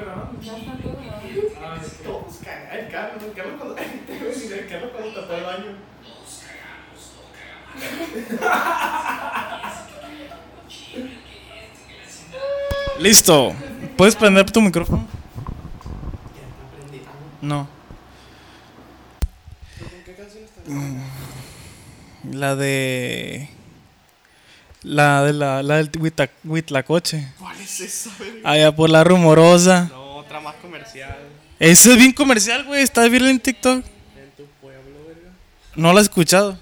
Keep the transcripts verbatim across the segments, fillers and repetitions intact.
grabando. Ya está todo. Ah, todos cagan. El Carlos, el Carlos cuando. Te voy a decir, el Carlos cuando tapó el baño. Listo. ¿Puedes prender tu micrófono? No. ¿Qué canción está? La de. La de la, la del Huitla- Huitlacoche. ¿Cuál es esa, verga? Allá por la Rumorosa. No, otra más comercial. Ese es bien comercial, güey. Está bien en TikTok. En tu pueblo, verga. No la he escuchado.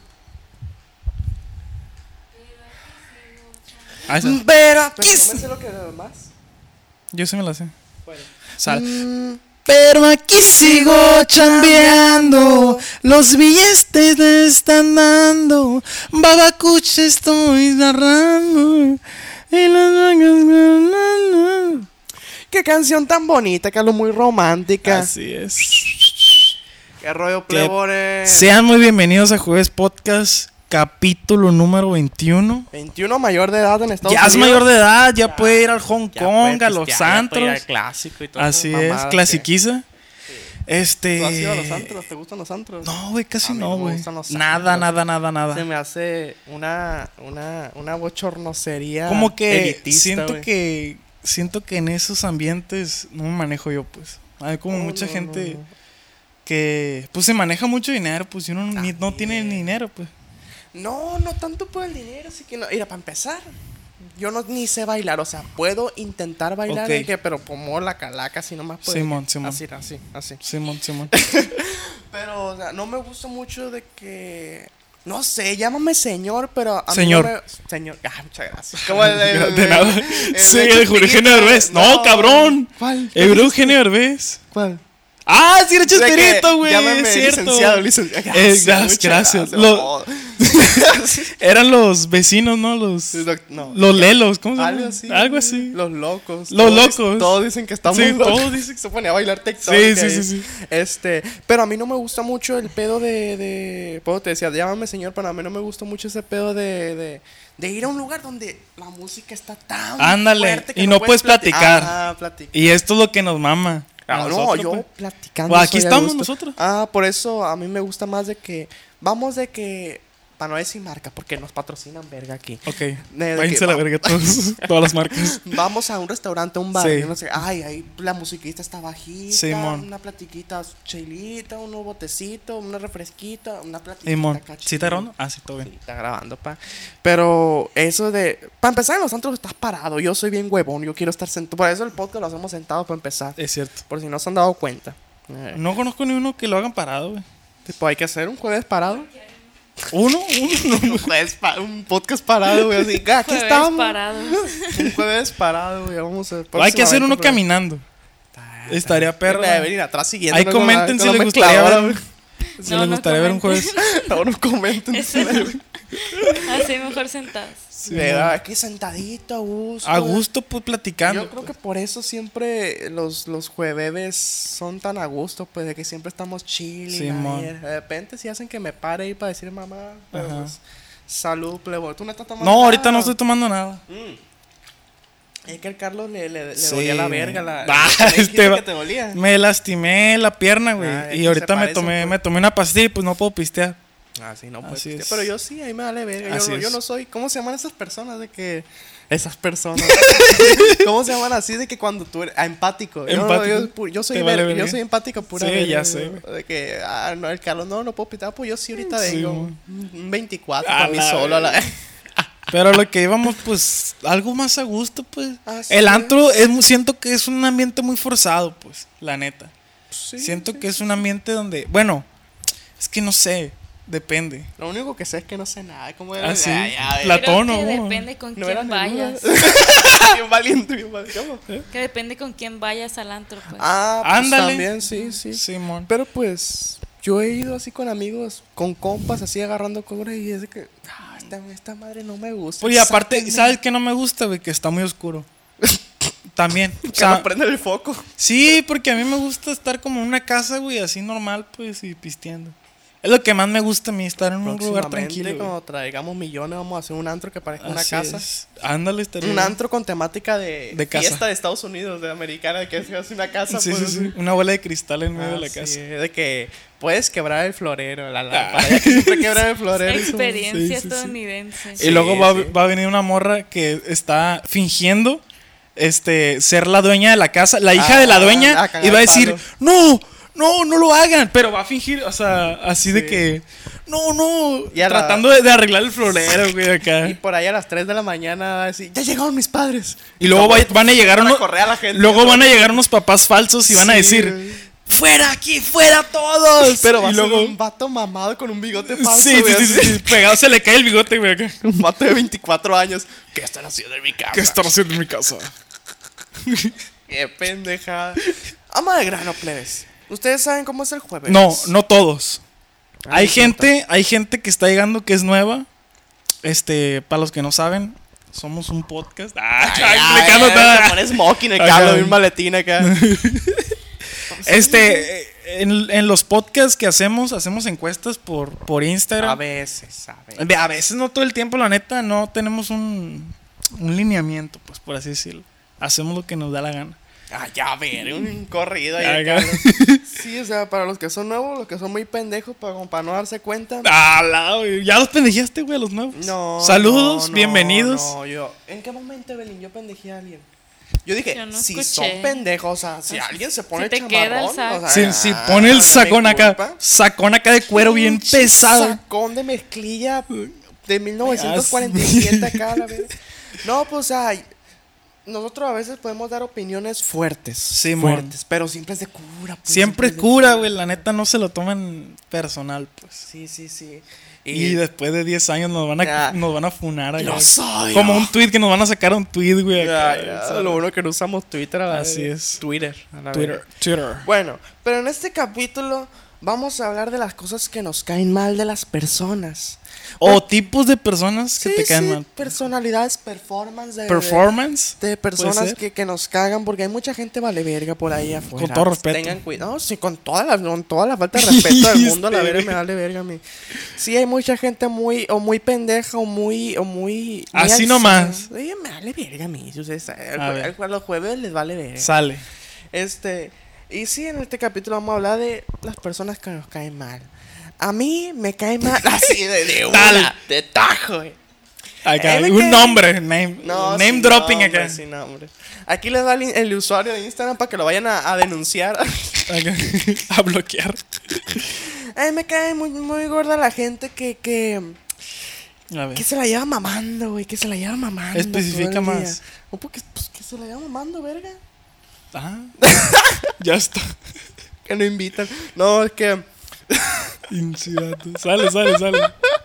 Ah, esa. Pero ¿Qué no me es? sé lo que más. Yo sí me la sé. Bueno. Sal. Mm, Pero aquí sigo chambeando, los billetes me están dando, babacuche estoy narrando, y las mangas... Qué canción tan bonita, Carlos, muy romántica. Así es. Qué rollo, plebores. Sean muy bienvenidos a Jueves Podcast, capítulo número veintiuno. veintiuno mayor de edad en Estados Ya Unidos. es mayor de edad, ya, Ya, puede ir al Hong Ya Kong, puede a los pistear, ya puede ir antros. al clásico y todo. Así esas es, mamadas clasiquiza. que- Este. ¿Tú has ido a los antros? ¿Te gustan los antros? No, güey, casi A mí no, no me güey. gustan los Nada, antros. nada, nada, nada. Se me hace una, una, una bochornocería. Como que elitista, siento güey. que siento que en esos ambientes no me manejo yo, pues. Hay como No, mucha no, gente no, no. que pues se maneja mucho dinero, pues y uno ni- no tiene ni dinero, pues. No, no tanto por el dinero, así que no. Mira, para empezar, yo no ni sé bailar, o sea, puedo intentar bailar, Ok. de que, pero como la calaca, así nomás puedo. Simón, Simón. Así, así, así. Simón, Simón. Pero, o sea, no me gusta mucho de que. No sé, llámame señor, pero a Señor. mí no me... Señor. Ah, muchas gracias. Como el, el- De nada. el- Sí, el el Chespirito. Eugenio Derbez. No, cabrón. ¿Cuál? El Eugenio Derbez. ¿Cuál? Ah, sí, era De que Chespirito, güey. llámame Es cierto. licenciado, licenciado. Eh, gracias, gracias. Lo- Eran los vecinos, ¿no? Los, no. los lelos, ¿cómo se llama? Algo así. Algo así. Los locos. Los Todos- locos. Todos dicen que estamos Sí, locos. todos dicen que se pone a bailar TikTok. Sí, que sí, sí, es- sí. Este, pero a mí no me gusta mucho el pedo de, de puedo te decía, llámame señor, pero a mí no me gusta mucho ese pedo de, de, de ir a un lugar donde la música está tan Ándale, fuerte que y no puedes plati- platicar. Ajá, platicar. Y esto es lo que nos mama. Ah, A no, nosotros, yo pues. platicando. Pues aquí soy a estamos gusto. nosotros. Ah, por eso a mí me gusta más de que vamos de que para no decir marca, porque nos patrocinan verga aquí. Ok, de váyanse que a la va- verga todos, todas las marcas. Vamos a un restaurante, a un bar, Sí. no sé, ay, ahí la musiquita está bajita, Simón. una platiquita chelita, un botecito, una refresquita, una platiquita. Simón, acá ¿sí está chila. grabando? Ah, sí, todo Sí, bien. está grabando, pa. Pero eso de, para empezar en los antros estás parado, yo soy bien huevón, yo quiero estar sentado, por eso el podcast lo hacemos sentado para empezar, Es cierto. por si no se han dado cuenta. Eh, No conozco ni uno que lo hagan parado, güey. Tipo, hay que hacer un jueves parado. ¿Uno? ¿Uno? Un jueves pa- un podcast parado, güey, así, ah, aquí Jueves estamos. parados. Un jueves parado, güey, vamos a... Hay que hacer uno próximamente, caminando. Estaría perro. De venir atrás siguiendo. Ahí comenten si les gustaría ver, si No, les no gustaría ver un jueves. No, no comenten. Ese no. Así mejor sentados. Sí, ¿verdad? Es que sentadito, a gusto. A gusto, pues platicando. Yo creo que por eso siempre los, los jueves son tan a gusto, pues, de que siempre estamos chill. y Simón. nadie- De repente sí hacen que me pare ahí para decir mamá, pero Ajá. pues, salud, plebo. ¿Tú no estás tomando No, ahorita no nada? estoy tomando nada. Es que el Carlos le, le, le Sí. dolía la verga. La, Ah, me dijiste este va- que te dolía. Me lastimé la pierna, güey. Ah, es y que ahorita se me parecen, tomé, pues. me tomé una pastilla y pues no puedo pistear. Ah, sí, no, pues. Así es. Pero yo sí, ahí me vale verga. Así Yo, yo es. no soy. ¿Cómo se llaman esas personas de que. Esas personas. ¿Cómo se llaman así de que cuando tú eres. Ah, empático. Yo, Empático. yo, pu- yo soy Te vale ver- yo verga. soy empático pura Sí, verga, ya sé, güey. De que. Ah, no, el Carlos no, no puedo pitar. Pues yo sí ahorita Sí, vengo. mon. Un veinticuatro A para mí la solo. a la- Pero lo que íbamos, pues, algo más a gusto, pues. Así El es. antro, es, mu- siento que es un ambiente muy forzado, pues, la neta. Sí, siento sí, que es un ambiente donde, bueno, es que no sé, depende. Lo único que sé es que no sé nada. ¿Cómo Ah, sí. Ay, a ver. Platón, Creo que ¿no? depende con No era quién neruda. vayas. Bien valiente, bien valiente. ¿Cómo? Que depende con quién vayas al antro, pues. Ah, pues Ándale. también, sí, sí. Simón. Pero pues, yo he ido así con amigos, con compas, así agarrando cobra y es de que, ah, esta, esta madre no me gusta. Pues y aparte, Sáquenme. ¿sabes qué no me gusta, güey? Que está muy oscuro. También. O Que sea, no prenden el foco. sí, porque a mí me gusta estar como en una casa, güey, así normal, pues, y pisteando. Es lo que más me gusta a mí, estar en un lugar Próximamente, tranquilo. güey. cuando traigamos millones, vamos a hacer un antro que parezca una Así casa. es. Ándale, estaría Un bien. antro con temática de, De casa. fiesta de Estados Unidos, de americana, que es casi una casa. Sí, pues, sí, sí. Una bola de cristal en medio Ah, de la sí, casa. de que puedes quebrar el florero, la Ah. lámpara, ya que siempre quebran el florero. y como- Experiencia sí, sí, sí. estadounidense. Y luego Sí, va, sí. va a venir una morra que está fingiendo este ser la dueña de la casa, la hija Ah, de la dueña, a cagar y va a decir, palo. no, no, no lo hagan, pero va a fingir, o sea, así de Sí. que, no, no, Y a la- tratando de, de arreglar el florero, güey, acá. Y por ahí a las tres de la mañana va a decir, ya llegaron mis padres. Y luego va- van a llegar Van a unos, correr a la gente. luego van a llegar unos papás falsos y van a Sí, decir, güey. fuera aquí, fuera todos. Pero va y a luego, ser un vato mamado con un bigote falso. sí, sí, güey, sí, así. sí, pegado se le cae el bigote, güey, acá. Un vato de veinticuatro años. ¿Qué están haciendo en mi casa? ¿Qué están haciendo en mi casa? Qué pendejada. Ama de grano, plebes. ¿Ustedes saben cómo es el jueves? No, no todos. Ah, Hay es gente, hay gente que está llegando que es nueva. Este, para los que no saben, somos un podcast. Ah, Ay, explicando ay, todo. se pone smoking el Acá. Carlos, un maletín acá. Este, eh, en, en los podcasts que hacemos, hacemos encuestas por, por Instagram. A veces, a veces. A veces, no todo el tiempo, la neta, no tenemos un, un lineamiento, pues, por así decirlo. Hacemos lo que nos da la gana. Ah, ya ver, un corrido ahí. Acá. Carlos. Sí, o sea, para los que son nuevos, los que son muy pendejos, para, como para no darse cuenta. Ah, la, güey, ya los pendejeaste, güey, a los nuevos. No. Saludos, no, no, bienvenidos. No, yo. ¿En qué momento, Evelyn, yo pendejé a alguien? Yo dije, Yo no si escuché. son pendejos, o sea, si alguien se pone Si te queda el chamarrón, saco. o sea, Si, si ah, pone no el me sacón acá, culpa. sacón acá de cuero bien Pinche pesado. Sacón de mezclilla de mil novecientos cuarenta y siete acá, la verdad. No, pues, o sea, nosotros a veces podemos dar opiniones fuertes. Sí, fuertes, pero siempre es de cura. Pues, Siempre es de cura, güey. La neta no se lo toman personal, pues. Sí, sí, sí. Y, después de diez años nos van a, Ya. nos van a funar allá. Lo soy. Como un tweet que nos van a sacar un tweet, güey. Ya, acá, ya, o sea, lo bueno que no usamos Twitter a la Así vez. es. Twitter. A la Twitter. vez. Twitter. Bueno, pero en este capítulo vamos a hablar de las cosas que nos caen mal de las personas. O tipos de personas que Sí, te caen sí, mal. personalidades, performance de, Performance. de, de puede personas ser. que, que nos cagan porque hay mucha gente vale verga por ahí afuera. Con todo respeto. Tengan cuidado. No, sí, con toda la, con toda la falta de respeto del mundo, la Este, verga me vale verga a mí. Sí, hay mucha gente muy, o muy pendeja, o muy, o muy. muy Así alzada. nomás. Sí, me vale verga a mí. si ustedes saben, A al- ver. al- a los jueves les vale verga. Sale. Este, y sí, en este capítulo vamos a hablar de las personas que nos caen mal. A mí me cae mal así de, de Tal. una, de tajo, güey. Acá, Eh, me un cae- nombre. Name, No, name sin dropping nombre, acá. sin nombre. Aquí les da el, el usuario de Instagram para que lo vayan a, a denunciar. Acá. A bloquear. A mí me cae muy, muy gorda la gente que, que, A ver. que se la lleva mamando, güey. Que se la lleva mamando. Especifica todo el día. más. No, porque, pues, que se la lleva mamando, verga. Ah, ya está. Que no invitan. No, es que. Incidato. Sale, sale, sale.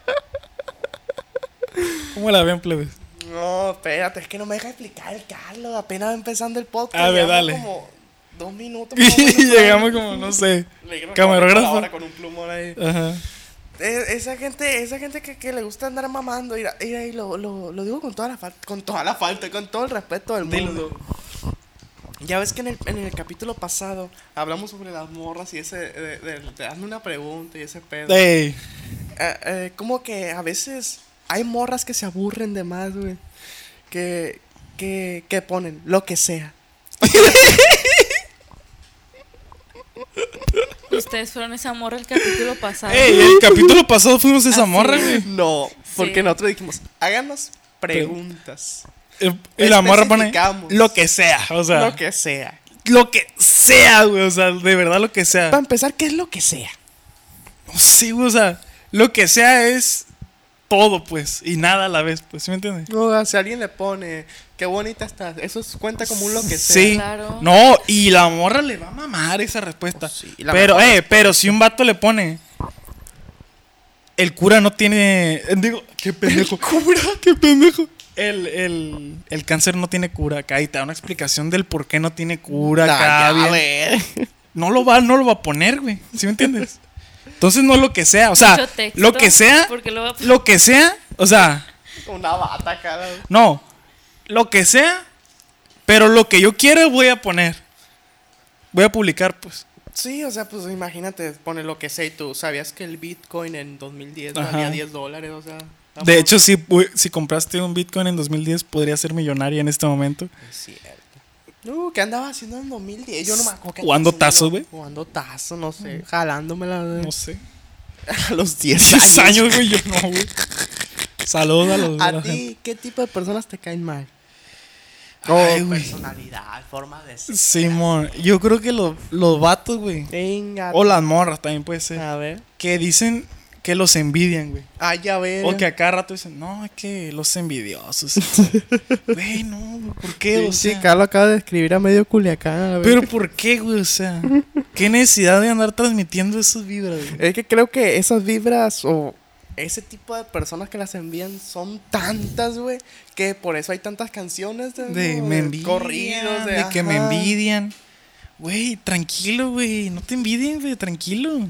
¿Cómo la ven, plebes? No, espérate, es que no me deja explicar el Carlos. Apenas va empezando el podcast. A ver, llevamos dale. Como dos minutos. más o menos, Y llegamos por ahí. como, no sé. Le digo, Camarógrafo. ahora con un plumón ahí. Ajá. Eh, Esa gente, esa gente que, que le gusta andar mamando, y, y, lo, lo, lo digo con toda la falta, con toda la falta, con todo el respeto del Dilo. mundo. Ya ves que en el, en el capítulo pasado hablamos sobre las morras y ese de, de, de hazme una pregunta y ese pedo. Ey. Eh, eh, como que a veces hay morras que se aburren de más, güey. Que, que, que ponen lo que sea. Ustedes fueron esa morra el capítulo pasado. Ey, el capítulo pasado fuimos esa Así morra, es. güey. No, porque Sí. nosotros dijimos, háganos preguntas. Eh, Y la morra pone Especificamos. lo que sea, o sea, Lo que sea. lo que sea, güey, o sea, de verdad lo que sea. Para empezar, ¿qué es lo que sea? No sé, güey, o sea, lo que sea es todo, pues, y nada a la vez, pues, ¿sí me entiendes? No, si alguien le pone, qué bonita estás, eso es- cuenta como un lo que sea. Sí. Claro. No, y la morra le va a mamar esa respuesta. Pues sí, y la pero, mejor eh, pero si un vato le pone, el cura no tiene, eh, digo, qué pendejo. Cura. Qué pendejo. El, el, el cáncer no tiene cura acá y te da una explicación del por qué no tiene cura Nah, acá. ya, a bien. ver. No lo va, no lo va a poner, güey. ¿Sí me entiendes? Entonces no lo que sea, o sea, Mucho texto, lo que sea, porque lo va a- lo que sea, o sea, Una bata, cara. no, lo que sea, pero lo que yo quiera voy a poner. Voy a publicar, pues. Sí, o sea, pues imagínate, pone lo que sé, y tú sabías que el Bitcoin en dos mil diez Ajá. valía diez dólares, o sea. De hecho, si, pu- si compraste un Bitcoin en dos mil diez, podría ser millonaria en este momento. Es cierto. Uh, ¿qué andaba haciendo en dos mil diez? Yo no me acuerdo. qué Jugando andaba haciendo, tazo, güey. Jugando tazo, no sé. Jalándomela de- No sé. a los diez diez años. años, güey. Yo no, güey. Saludos a los. ¿A la ti gente. qué tipo de personas te caen mal? Ay, Oh, güey. personalidad, forma de ser. Simón, yo creo que lo- los vatos, güey. Venga. O las morras también puede ser. A ver. Que dicen que los envidian, güey. Ah, ya ver. O que a cada rato dicen, no, es que los envidiosos. Güey, no, güey, ¿por qué? O Sí, sea, Carlos acaba de escribir a medio Culiacán. A ver. pero ¿por qué, güey? O sea, ¿qué necesidad de andar transmitiendo esas vibras, güey? Es que creo que esas vibras o ese tipo de personas que las envían son tantas, güey, que por eso hay tantas canciones de, De ¿no? me de envidian, corridos, de, que me ajá. envidian. Güey, tranquilo, güey, no te envidien, güey, tranquilo.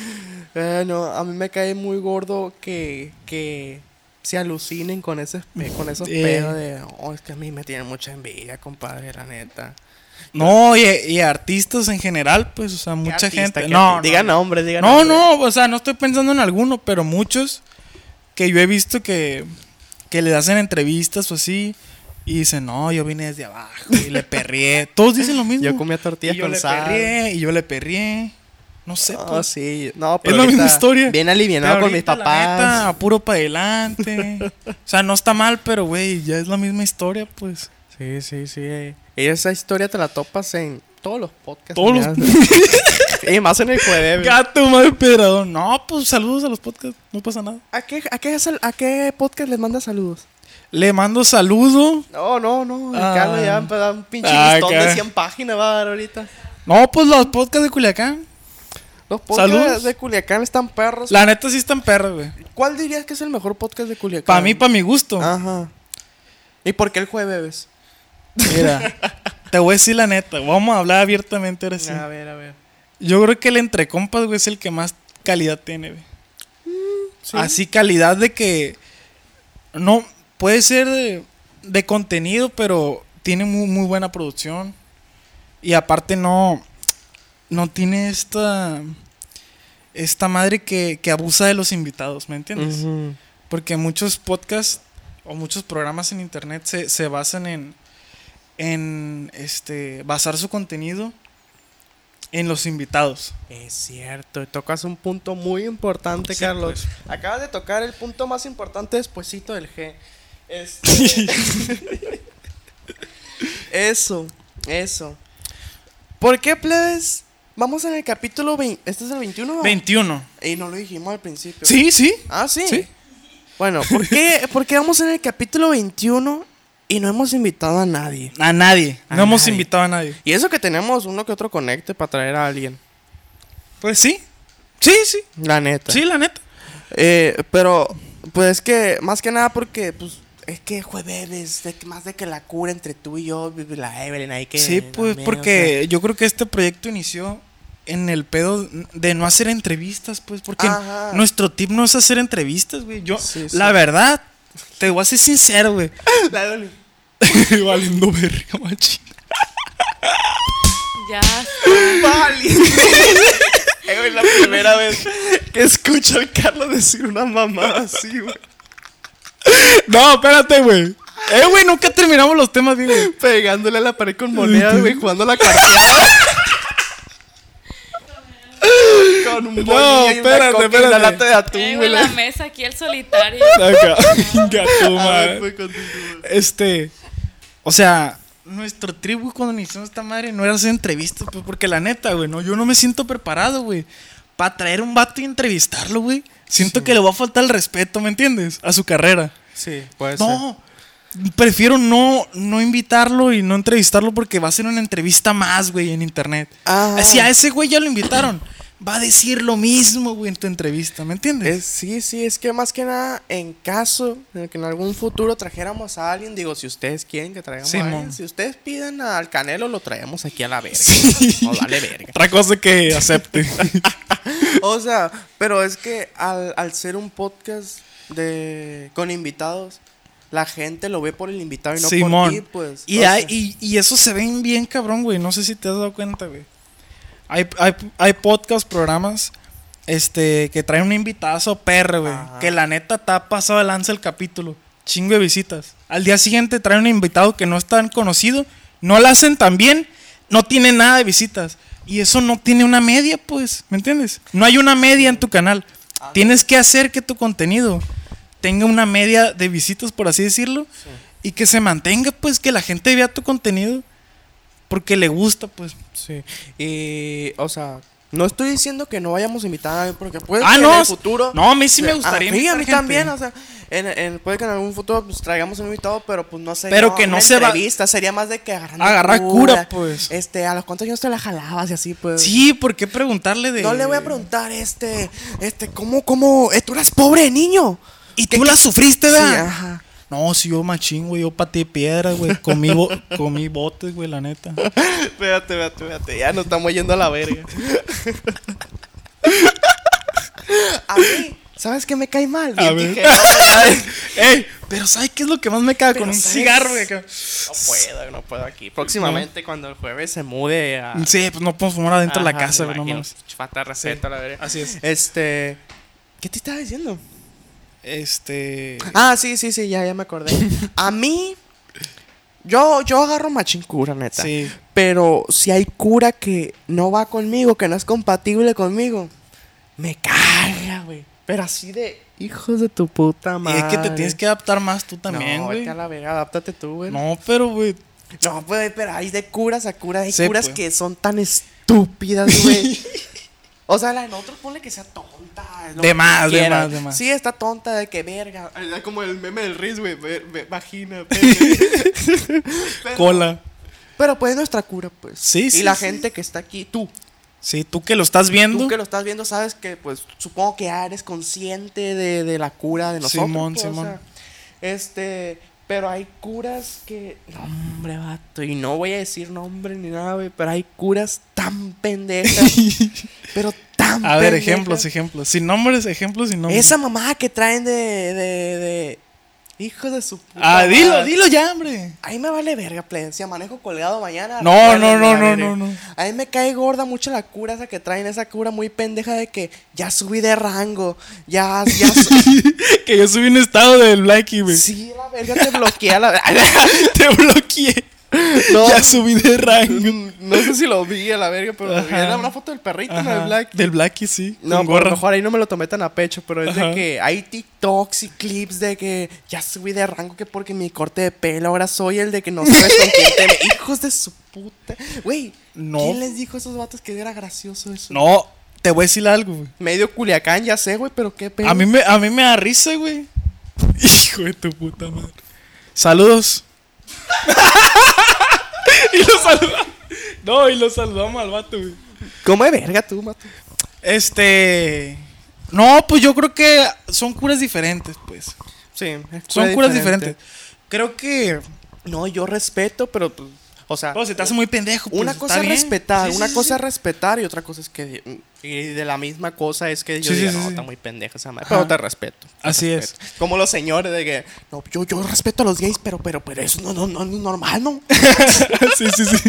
Bueno, a mí me cae muy gordo que, que se alucinen con, ese, pe- con esos Eh. pedos de, oh, es que a mí me tienen mucha envidia, compadre, la neta. No, y, y artistas en general, pues, o sea, mucha ¿Qué artista, gente. qué No, arti- no, diga nombres, diga No, nombres. no, o sea, no estoy pensando en alguno, pero muchos que yo he visto que, que le hacen entrevistas o así y dicen, no, yo vine desde abajo y le perrié. Todos dicen lo mismo. Yo comía tortillas y yo con le sal. perrié, y yo le perrié. No sé, No, pues. sí, no, Es pero la misma ahorita historia. Bien alivianado Pero con mis ahorita, la papás. neta, puro para adelante. O sea, no está mal, pero güey, ya es la misma historia, pues. Sí, sí, sí. Y esa historia te la topas en todos los podcasts. Todos los- Y más en el jueves. Gato, madre pedrador. No, pues saludos a los podcasts, no pasa nada. ¿A qué, a, qué, sal- ¿A qué podcast les manda saludos? Le mando saludo. No, no, no. El Ah. Carlos ya va a dar un pinche Ah, listón acá. de cien páginas va a dar ahorita. No, pues los podcasts de Culiacán. Los podcasts Saludos. de Culiacán están perros. La neta sí están perros, güey. ¿Cuál dirías que es el mejor podcast de Culiacán? Para mí, para mi gusto. Ajá. ¿Y por qué el jueves? Mira, te voy a decir la neta. Vamos a hablar abiertamente ahora sí. A ver, a ver. Yo creo que el Entre Compas, güey, es el que más calidad tiene, güey. Sí. Así calidad de que no puede ser de, de contenido, pero tiene muy, muy buena producción. Y aparte no, no tiene esta, esta madre que, que abusa de los invitados, ¿me entiendes? Ujú. Porque muchos podcasts o muchos programas en internet se, se basan en, en este, basar su contenido en los invitados. Es cierto, tocas un punto muy importante, Sí, Carlos. pues. Acabas de tocar el punto más importante despuesito del G. Este... eso, eso. ¿Por qué, plebes? Vamos en el capítulo veinte. ¿Este es el veintiuno? ¿va? veintiuno. Y no lo dijimos al principio. Sí, sí. Ah, sí. Sí. Bueno, ¿por qué, ¿por qué vamos en el capítulo veintiuno y no hemos invitado a nadie? A nadie. A no hemos nadie. invitado a nadie. Y eso que tenemos uno que otro conecte para traer a alguien. Pues sí. Sí, sí. La neta. Sí, la neta. Eh, pero, pues es que, más que nada porque, pues, es que jueves, de que más de que la cura entre tú y yo, la Evelyn, ahí que... Sí, pues también, porque yo creo que este proyecto inició en el pedo de no hacer entrevistas, pues, porque Ajá. nuestro tip no es hacer entrevistas, güey. Yo, Sí, sí. la verdad, te voy a ser sincero, güey. o sea, la Evelyn. Valiendo verga, machín. Ya. Vale. Es la primera vez que escucho al Carlos decir una mamada así, güey. No, espérate, güey. Eh, güey, nunca terminamos los temas bien, güey. Pegándole a la pared con monedas, güey, jugando la carteada. Con un bolillo No, y una espérate, coca y una espérate. lata de atún, Eh, güey. güey, la mesa aquí el solitario. Acá. Venga, tu A ver, madre. pues, continúa. Este, o sea, nuestro tribu cuando iniciamos esta madre no era hacer entrevistas, pues, porque la neta, güey, no, yo no me siento preparado, güey, para traer un vato y entrevistarlo, güey. Siento Sí. que le va a faltar el respeto, ¿me entiendes? A su carrera. Sí, puede ser. No, prefiero no, no invitarlo y no entrevistarlo porque va a ser una entrevista más, güey, en internet. Ah. Si a ese güey ya lo invitaron, va a decir lo mismo, güey, en tu entrevista, ¿me entiendes? Es, sí, sí, es que más que nada, en caso de que en algún futuro trajéramos a alguien, digo, si ustedes quieren que traigamos Sí, a alguien, mon. si ustedes piden al Canelo, lo traemos aquí a la verga. Sí. No vale verga. Otra cosa que acepte. O sea, pero es que al, al ser un podcast de con invitados, la gente lo ve por el invitado y no Simón. por ti, pues. Y, o hay- sea, y, y eso se ven bien cabrón, güey. No sé si te has dado cuenta, güey. Hay, hay, hay podcast, programas, este, que traen un invitazo perro, güey. Ajá. Que la neta está pasado de lanza el capítulo. Chingo de visitas. Al día siguiente traen un invitado que no es tan conocido. No lo hacen tan bien. No tiene nada de visitas. Y eso no tiene una media, pues. ¿Me entiendes? No hay una media en tu canal. Tienes que hacer que tu contenido tenga una media de visitas, por así decirlo. Sí. Y que se mantenga, pues, que la gente vea tu contenido. Porque le gusta, pues. Sí. Y, o sea, no estoy diciendo que no vayamos a invitar a alguien, porque puede Ah, que no, en el futuro. no, a mí sí me Ah, gustaría sí, a invitar mí gente. también, o sea, en, en- puede que en algún futuro pues, traigamos un invitado, pero pues no sería Pero que no una se va- entrevista, sería más de que agarrando Agarrar cura, pues. Este, a los cuántos años te la jalabas y así, pues. Sí, ¿por qué preguntarle de...? No le voy a preguntar, este, este, ¿cómo, cómo, eh, tú eras pobre de niño? Y ¿Qué- tú qué- la sufriste, Sí, ¿verdad? ajá. No, sí, yo machín, güey. Yo pateé piedras, güey. Comí, bo comí botes, güey, la neta. Espérate, espérate, espérate, ya nos estamos yendo a la verga. A mí, ¿sabes qué me cae mal? A Bien ver. dije, no, no, Ey, pero ¿sabes qué es lo que más me caga? Pero Con un ¿sabes? cigarro, güey. que- no puedo, no puedo aquí. Próximamente, cuando el jueves se mude a. Sí, pues no podemos fumar adentro de la Ajá, casa, me güey, no imagino. mames. Falta de respeto, la verga. Así es. Este. ¿Qué te estaba diciendo? Este... Ah, sí, sí, sí, ya, ya me acordé. A mí. Yo, yo agarro machín cura, neta. Sí. Pero si hay cura que no va conmigo, que no es compatible conmigo, me caga, güey. Pero así de hijos de tu puta Y madre. es que te tienes que adaptar más tú también, no, güey. vete a la verga, adáptate tú, güey. No, pero, güey. No, pues, pero hay de curas a curas. Hay Sí, curas pues. que son tan estúpidas, güey. O sea, la de nosotros ponle que sea tonta. lo De que más, de quieras. más, de más. Sí, está tonta de que verga. Es como el meme del Riz, güey. ve- ve- Vagina, pene. Pero- Cola. Pero pues es nuestra cura, pues. Sí, y sí, la sí. gente que está aquí, tú. Sí, tú que lo estás viendo. Tú que lo estás viendo, sabes que, pues, supongo que ya eres consciente de, de la cura de nosotros. Simón, pues, o Simón. sea, este, pero hay curas que, no, hombre, vato, y no voy a decir nombre ni nada, güey, pero hay curas tan pendejas, pero tan A ver, pendejas. ejemplos, ejemplos. Sin nombres, ejemplos sin nombres. Esa mamá que traen de, de, de, hijo de su puta Ah, dilo, madre. dilo ya, hombre. Ahí me vale verga, plebe. Si manejo colgado mañana. No, recuérdenme, no, no, la no, verga. no, no. A mí me cae gorda mucho la cura esa que traen, esa cura muy pendeja de que ya subí de rango. Ya, ya. su- Que yo subí un estado del Blackie, güey. sí, la verga te bloquea la. Te bloqueé. No, Ya subí de rango. no sé si lo vi a la verga, pero Ajá. era una foto del perrito, Ajá. ¿no? Del Black. Del Blackie, sí. No, con por lo gorra. mejor ahí no me lo tomé tan a pecho, pero es Ajá. de que hay TikToks y clips de que ya subí de rango que porque mi corte de pelo ahora soy el de que no sabes con quién te me- hijos de su puta. Güey, No. ¿quién les dijo a esos vatos que era gracioso eso? No, te voy a decir algo, güey. Medio Culiacán, ya sé, güey, pero qué pedo. A mí me, a mí me da risa, güey. Hijo de tu puta madre. Saludos. y lo saludamos. No, y lo saludamos al vato, güey. ¿Cómo de verga tú, mato? Este. No, pues yo creo que son curas diferentes, pues. Sí, es Son cura curas diferente. diferentes. Creo que. No, yo respeto, pero, pues, o sea, No, se te hace muy pendejo. Pues, una está cosa es bien. respetar, Sí, una sí, cosa sí. es respetar y otra cosa es que y de la misma cosa es que yo Sí, sí, diga, sí, no, sí. está muy pendeja esa madre, Ajá. pero te respeto. te Así respeto. Como los señores de que, no, yo, yo respeto a los gays, pero, pero, pero eso no, no, no, no es normal, ¿no? sí, sí, sí.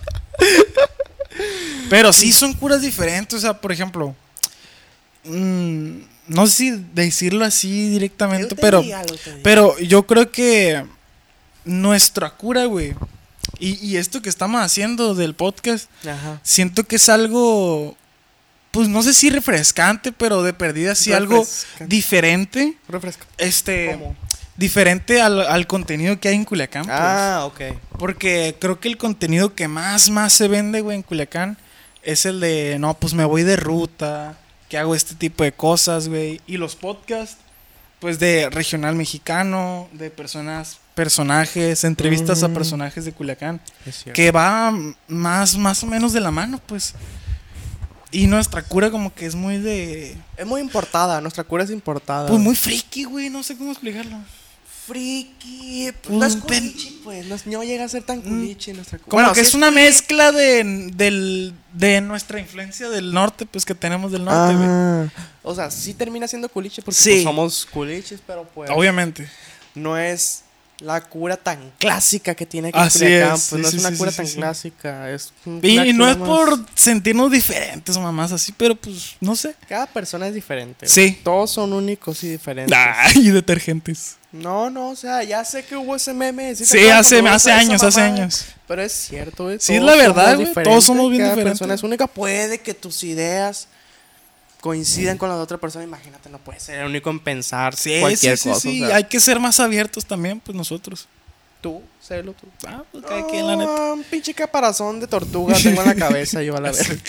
Pero sí son curas diferentes. O sea, por ejemplo. mm, no sé si decirlo así directamente, Yo te pero. diría, lo te diría. Pero yo creo que nuestra cura, güey. Y, y esto que estamos haciendo del podcast, Ajá. siento que es algo. Pues no sé si refrescante, pero de perdida sí algo Refrescante. diferente. Refresco. Este. ¿Cómo? Diferente al, al contenido que hay en Culiacán. pues. Ah, ok. Porque creo que el contenido que más, más se vende, güey, en Culiacán es el de, no, pues me voy de ruta, que hago este tipo de cosas, güey. Y los podcasts, pues de regional mexicano, de personas, personajes, entrevistas a Mm. personajes de Culiacán, Es cierto. que va más, más o menos de la mano, pues. Y nuestra cura como que es muy de... Es muy importada, nuestra cura es importada. Pues muy friki, güey, no sé cómo explicarlo. friki. Pues, no es Un pen- culichi, pues. No, es- no llega a ser tan culichi nuestra cura. Como Bueno, que sí es una mezcla de, del, de nuestra influencia del norte, pues que tenemos del norte, güey. Ah, o sea, sí termina siendo culiche porque Sí. pues, somos culiches, pero pues Obviamente. no es la cura tan clásica que tiene aquí Así Culiacán. es, Pues sí, no sí, es una sí, cura sí, tan sí. clásica. Es una Y no cura es más- por sentirnos diferentes o mamás así, pero pues, no sé. Cada persona es diferente. Sí. güey. Todos son únicos y diferentes. Ay, detergentes. No, no, o sea, ya sé que hubo ese meme. ¿sí te Sí, acuerdas hace, cuando hubo hace esa- años, esa hace mamada? años. Pero es cierto, güey. Sí, es todos la verdad, somos güey, diferentes, todos somos bien cada diferentes. persona es única. Puede que tus ideas coincidan con las de otra persona. Imagínate, no puedes ser el único en pensar Sí, cualquier sí, sí, cosa. sí. o sea, Hay que ser más abiertos también, pues nosotros. Tú, sélo tú. Ah, pues cada quien, la neta. Ah, un pinche caparazón de tortuga tengo en la cabeza yo a la vez.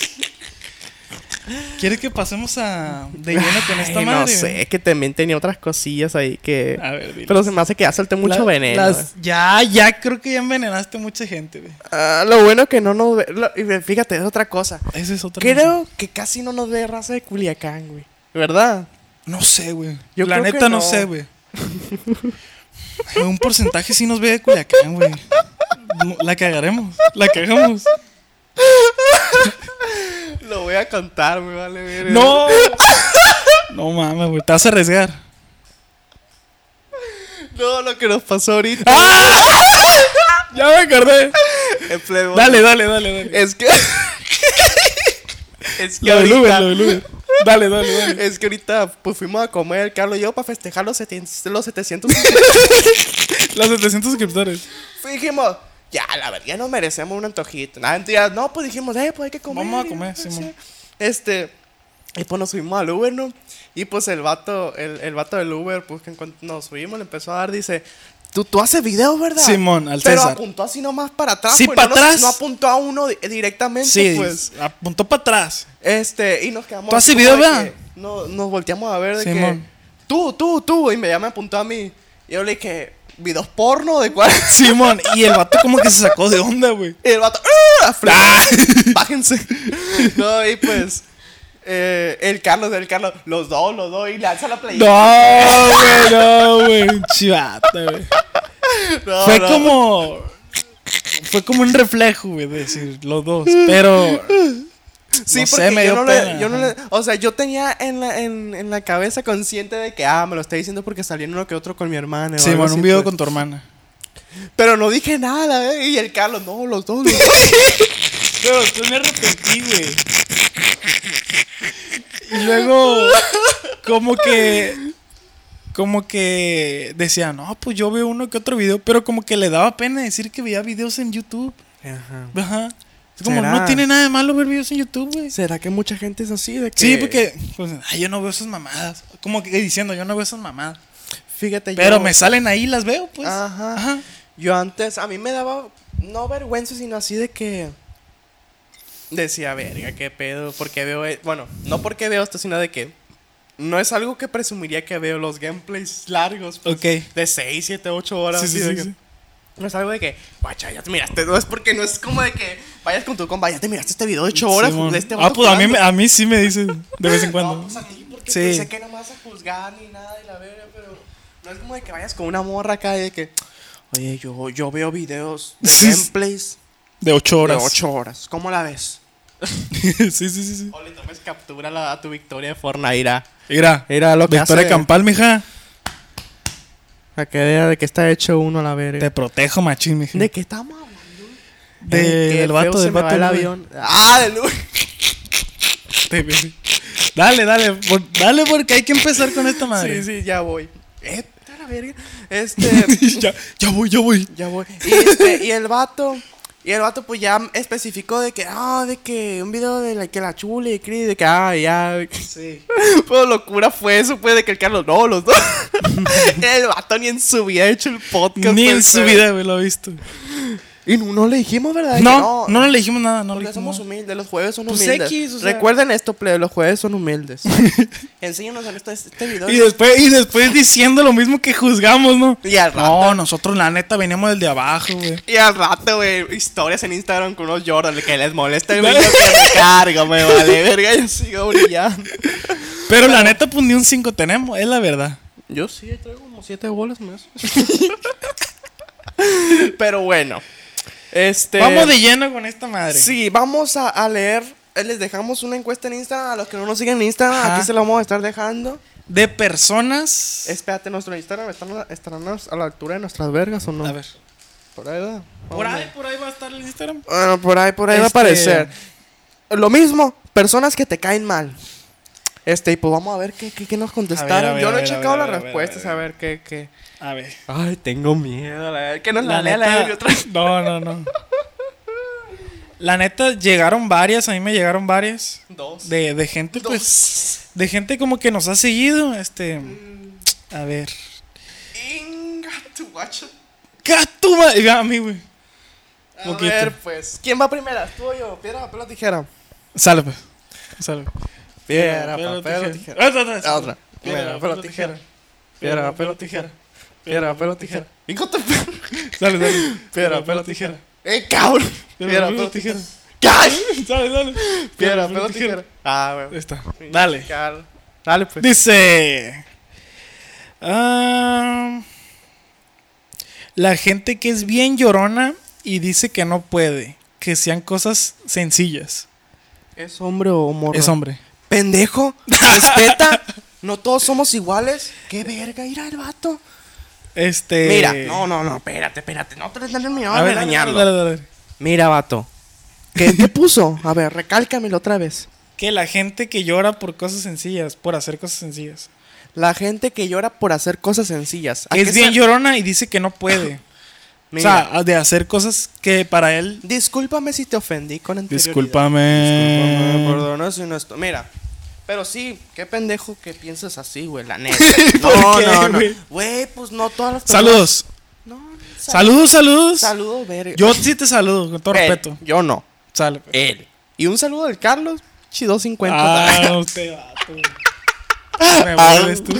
¿Quieres que pasemos a de lleno con esta Ay, madre? no sé, que también tenía otras cosillas ahí que... A ver, dile. Pero se me hace que ya solté mucho La- veneno. las- ya, ya creo que ya envenenaste mucha gente, güey. Ah, lo bueno que no nos ve... lo- y fíjate, es otra cosa. Esa es otra cosa. Creo que casi no nos ve raza de Culiacán, güey. ¿Verdad? No sé, güey. Yo La creo que neta no no. sé, güey. Un porcentaje sí nos ve de Culiacán, güey. La cagaremos. La cagamos. Lo voy a contar, me vale ver. No. No mames, güey. Te vas a arriesgar. No, lo que nos pasó ahorita. Ya me acordé. en Playboy. Dale, dale, dale, dale. Es que... es que Lo del ahorita... Uber, lo del Uber. Dale, dale, dale. Es que ahorita pues fuimos a comer, Carlos y yo, para festejar los, seten- los setecientos. Los setecientos suscriptores. Fui- dijimos, ya, la verdad, ya nos merecemos un antojito. Nada, mentira, no, pues dijimos, eh, pues hay que comer. Vamos a comer, Sí. Simón. Este, y pues nos subimos al Uber, ¿no? Y pues el vato, el, el vato del Uber, pues que en cuanto nos subimos, le empezó a dar, dice, tú, tú haces videos, ¿verdad? Simón, al Pero César. apuntó así nomás para atrás. Sí, pues, para no nos- atrás. No apuntó a uno di- directamente, Sí, pues. apuntó para atrás. Este, y nos quedamos. ¿Tú haces como video, de verdad? que no- nos volteamos a ver de Simón. que. Tú, tú, tú. Y me, ya me apuntó a mí. Y yo le dije, ¿videos porno? ¿De cuál? Simón, y el vato como que se sacó de onda, güey. Y el vato, ¡ah! Bájense. No, y pues. eh, el Carlos, el Carlos, los dos, los dos. Y le alza la playa. No, güey, no, güey. Chivata, güey. No, Fue no. como. Fue como un reflejo, güey, de decir los dos. Pero. Sí, no sé, porque me yo dio no, le, pena. yo no le. O sea, yo tenía en la, en, en la cabeza consciente de que, ah, me lo está diciendo porque salí en uno que otro con mi hermana. o Sí, algo bueno, un así, video pues. con tu hermana. Pero no dije nada, ¿eh? Y el Carlos, no, los dos. Los dos. Pero después me arrepentí, güey. Y luego, como que. Como que decía, no, pues yo veo uno que otro video. Pero como que le daba pena decir que veía videos en YouTube. Ajá. Ajá. Es como, ¿Será? no tiene nada de malo ver videos en YouTube, güey. ¿Será que mucha gente es así? De que... Sí, porque, pues, ay, yo no veo esas mamadas. Como que diciendo, yo no veo esas mamadas. Fíjate, Pero yo... me salen ahí y las veo, pues. Ajá. Ajá. Yo antes, a mí me daba, no vergüenza, sino así de que... Decía, verga, qué pedo, porque veo... e-". Bueno, no porque veo esto, sino de que... No es algo que presumiría que veo los gameplays largos, pues, Ok. de seis, siete, ocho horas. Sí, así sí, de sí, que- sí. No es algo de que, guacha, ya te miraste. No es porque no es como de que vayas con tu compa, ya te miraste este video de ocho horas. Simón. de este Ah, vato pues a mí, jugando". me- a mí sí me dicen de vez en cuando. No, pues a ti, porque Sí. pensé que no me vas a juzgar ni nada y la verga, pero no es como de que vayas con una morra acá y de que, oye, yo, yo veo videos de Sí. gameplays De ocho horas. de ocho horas. ¿Cómo la ves? sí, sí, sí, sí. O le tomes captura a, la- a tu victoria de Fortnite. Mira, Mira, mira lo que Victoria hace. Campal, mija. La que idea de que está hecho uno a la verga. Te protejo, machín, mija. ¿De qué estamos hablando? De- Eh, qué del vato, feo del se me vato va el del avión. Ah, del Uber. Te- Dale, dale. por- dale porque hay que empezar con esta madre. Sí, sí, ya voy. Eh, a la verga. Este, ya, ya voy, ya voy. ya voy. Y, este, y el vato, y el vato pues ya especificó de que, ah, de que un video de la, que la chule y Cris, de que, ah, ya. de que- Sí. Pues locura fue eso, pues, de que el Carlos, no, los dos. El vato ni en su vida ha hecho el podcast. Ni en pues, su pero- vida, güey, lo he visto. Y no, no le dijimos, ¿verdad? De que No, no, no le dijimos nada, no le Porque dijimos somos nada. humildes, los jueves son Pues humildes. X, o sea. Recuerden esto, plebe, los jueves son humildes. Enséñanos en este, este video. Y después, y después diciendo lo mismo que juzgamos, ¿no? Y al rato. No, nosotros la neta veníamos del de abajo, güey. Y al rato, güey, historias en Instagram con unos Jordan que les molesta el brillo que me cargo, me vale, verga, yo sigo brillando. Pero la neta, pues ni un cinco tenemos, es la verdad. Yo sí, traigo como siete bolas más. Pero bueno, este... Vamos de lleno con esta madre. Sí, vamos a, a leer, eh, les dejamos una encuesta en Instagram, a los que no nos siguen en Instagram, Ajá. aquí se la vamos a estar dejando. de personas. Espérate, nuestro Instagram ¿están a la- estarán a la altura de nuestras vergas o no? A ver. Por ahí va. Por Vamos a ahí, ver. por ahí va a estar el Instagram. Bueno, por ahí, por ahí va a Este- aparecer. Lo mismo, personas que te caen mal. Este, y pues vamos a ver qué, qué, qué nos contestaron. A ver, Yo a no he ver, a checado ver, a las ver, a ver, respuestas, a a ver. ver qué, qué. A ver. Ay, tengo miedo, la verdad. Que nos la, La lea la neta. Evelyn otra vez. No, no, no. La neta, llegaron varias, a mí me llegaron varias. Dos. De, de gente, Dos. pues. De gente como que nos ha seguido. Este. A ver. Inga, tu guacho. ¡Catuma! A mí, güey. A Poquito. ver, pues. ¿Quién va primero? ¿Tú o yo? Piedra, papel o tijera. Sale, pues. Sale. Piedra, papel o tijera. Otra, otra. Ah, otra. Piedra, papel o tijera. Piedra, papel o tijera. Piedra, papel o tijera. Hijo de perro. Sale, sale. Piedra, papel o tijera. ¡Eh, cabrón! Piedra, papel o tijera. tijera. ¡Ay! Sale, sale. Piedra, papel o tijera. Ah, Ahí güey. está. Dale. Claro. Dale, pues. Dice. ah, la gente que es bien llorona y dice que no puede. Que sean cosas sencillas. ¿Es hombre o morra? Es hombre. ¡Pendejo! ¡Respeta! No todos somos iguales. ¡Qué verga! Ir el vato. Este. Mira, no, no, no, espérate, espérate. No te den mi A a ver, dale, regañarlo. dale, dale, dale. Mira, vato. ¿Qué, ¿Qué puso? A ver, recálcamelo otra vez. Que la gente que llora por cosas sencillas, por hacer cosas sencillas. La gente que llora por hacer cosas sencillas. ¿A Que es qué bien se- llorona y dice que no puede. Mira, O sea, de hacer cosas que para él. discúlpame si te ofendí con anterioridad. Discúlpame. Discúlpame, perdona si no esto. Mira, pero sí, qué pendejo que pienses así, güey, la neta. ¿Por No, qué, no, no. güey? Güey, pues no todas las personas. Saludos. No, sal- Saludos, saludos. Saludos, verga. Yo sí te saludo, con todo Él, respeto. Yo no. Sale. pues. Él. Y un saludo del Carlos. Chido cincuenta. Ah, usted vato. Me vuelves tú.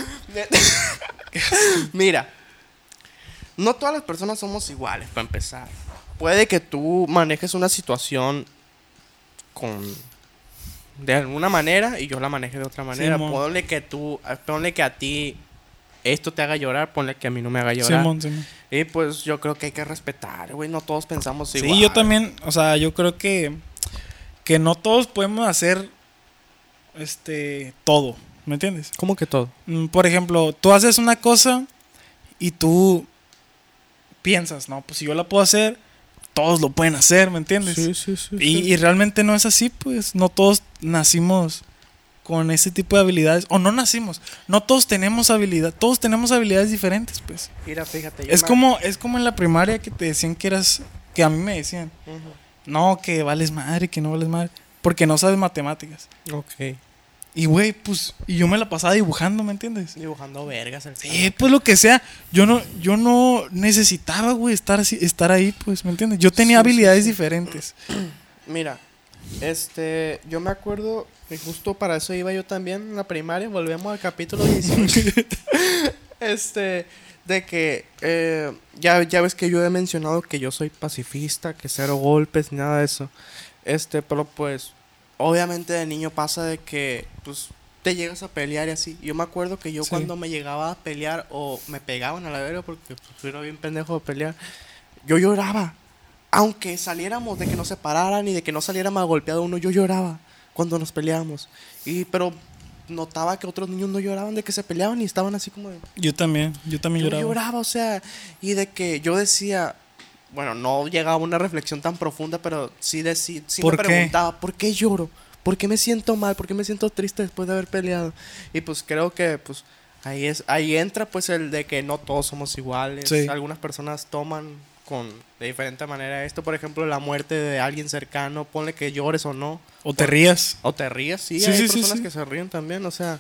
Mira, no todas las personas somos iguales, para empezar. Puede que tú manejes una situación con de alguna manera y yo la maneje de otra manera. Simón. Ponle que tú, ponle que a ti esto te haga llorar, ponle que a mí no me haga llorar. Simón, Simón. Y pues yo creo que hay que respetar, güey. No todos pensamos igual. Sí, yo también, o sea, yo creo que que no todos podemos hacer este todo, ¿me entiendes? ¿Cómo que todo? Mm, Por ejemplo, tú haces una cosa y tú piensas, no, pues si yo la puedo hacer, todos lo pueden hacer, ¿me entiendes? sí, sí. Y, y realmente no es así, pues no todos nacimos con ese tipo de habilidades, o no nacimos, no todos tenemos habilidad, todos tenemos habilidades diferentes, pues. Mira, fíjate. yo Es me- como, es como en la primaria que te decían que eras, que a mí me decían, Ujú. no, que vales madre, que no vales madre, porque no sabes matemáticas. Ok. Y güey, pues, y yo me la pasaba dibujando, ¿me entiendes? Dibujando vergas el Sí, pues lo que sea, yo no, yo no necesitaba, güey, estar así, estar ahí, pues, ¿me entiendes? Yo tenía Sí, sí, habilidades diferentes. Mira, este, yo me acuerdo que justo para eso iba yo también en la primaria. Volvemos al capítulo dieciocho. este, de que eh, ya, ya ves que yo he mencionado que yo soy pacifista, que cero golpes, ni nada de eso. Este, pero pues, obviamente de niño pasa de que, pues, te llegas a pelear y así. Yo me acuerdo que yo Sí. cuando me llegaba a pelear o me pegaban a la verga porque pues, era bien pendejo de pelear, yo lloraba. Aunque saliéramos de que nos separaran y de que no saliera mal golpeado uno, yo lloraba cuando nos peleábamos. Y, pero notaba que otros niños no lloraban de que se peleaban y estaban así como de... Yo también, yo también Yo lloraba. lloraba, o sea, y de que yo decía... Bueno, no llegaba a una reflexión tan profunda, pero sí, decí- sí ¿Por me qué? preguntaba, ¿por qué lloro? ¿Por qué me siento mal? ¿Por qué me siento triste después de haber peleado? Y pues creo que pues ahí es ahí entra pues el de que no todos somos iguales. Sí. Algunas personas toman con de diferente manera esto. Por ejemplo, la muerte de alguien cercano, ponle que llores o no. O te rías. O te ríes, sí, Sí, hay sí, sí, personas sí. que se ríen también, o sea...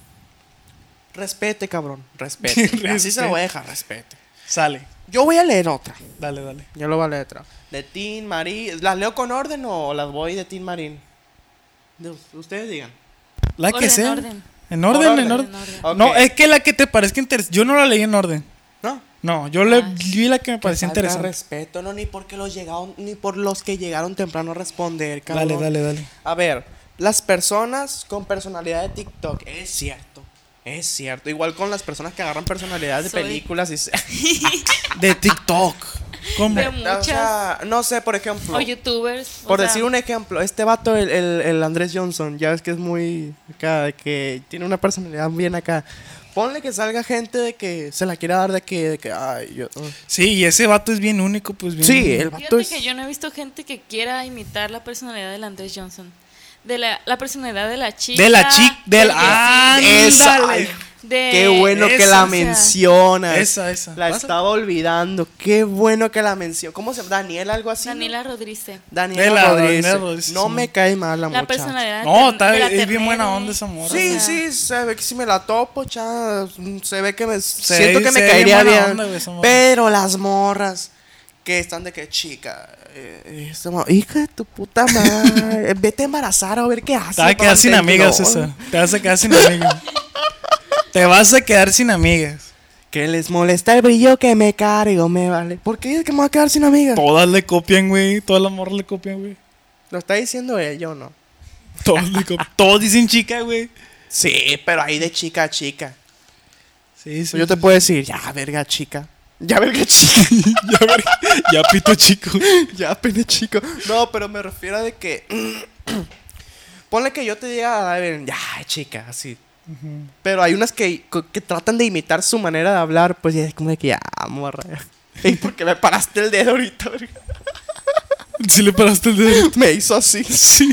Respete, cabrón, respete. Así se lo voy a dejar, respete. Sale. Yo voy a leer otra. Dale, dale. Yo lo voy a leer otra. De Tin Marín. ¿Las leo con orden o las voy de Tin Marín? De- Ustedes digan. La que Orden, sea. orden. En orden, Por en orden. orden. En orden. Ok. No, es que la que te parezca interesante. Yo no la leí en orden. No. No, yo le Ah. vi la que me parecía Falta interesante. respeto, no, ni porque los llegaron, ni por los que llegaron temprano a responder, cabrón. Dale, dale, dale. A ver, las personas con personalidad de TikTok, es cierto. Es cierto. Igual con las personas que agarran personalidades de Soy. películas y se- De TikTok. ¿Cómo? De O muchas. sea, no sé, por ejemplo. O youtubers. o Por sea, decir un ejemplo, este vato, el, el, el Andrés Johnson, ya ves que es muy acá, de que tiene una personalidad bien acá. Ponle que salga gente de que se la quiera dar de que, de que ay, yo. oh. Sí, y ese vato es bien único, pues bien. Sí, el vato Fíjate es. que yo no he visto gente que quiera imitar la personalidad del Andrés Johnson. De la, la personalidad de la chica. De la chica, del. del ¡Ah! vecino, esa, ándale. de- Qué bueno que esa, la o sea, mencionas. esa, esa. La ¿Pasa? estaba olvidando. Qué bueno que la mencionó. ¿Cómo se llama? Daniela, algo así. ¿no? Daniela Rodríguez. Daniela De la- Rodríguez. Daniela Rodríguez, No sí. me cae mal la, La muchacha. personalidad. No, de- está, de la es bien ternera. buena onda esa morra. Sí, O sea, sí, se ve que si me la topo, ya, se ve que me Se siento ve- que me se ve caería buena bien. onda, güey, esa morra. Pero las morras que están de que chica, eh, esta mo- hija de tu puta madre, vete a embarazar a ver qué haces. Te vas a quedar sin amigas, César. Te vas a quedar sin amigas. Te vas a quedar sin amigas. Que les molesta el brillo que me cargo, me vale. ¿Por qué es que me voy a quedar sin amigas? Todas le copian, güey. Todas las morras le copian, güey. Lo está diciendo ella o no. Todos le copian. Todos dicen chica, güey. Sí, pero ahí de chica a chica. Sí, sí. Yo te puedo decir, ya, verga chica. Ya, verga chica. ya, ver- ya pito chico. Ya, pene chico. No, pero me refiero a de que. Ponle que yo te diga, a ver, ya, chica, así. Pero hay unas que, que tratan de imitar su manera de hablar, pues ya es como de que ya, morra. ¿Y por qué me paraste el dedo ahorita, verga? Si le paraste el dedo. Me hizo así. Sí.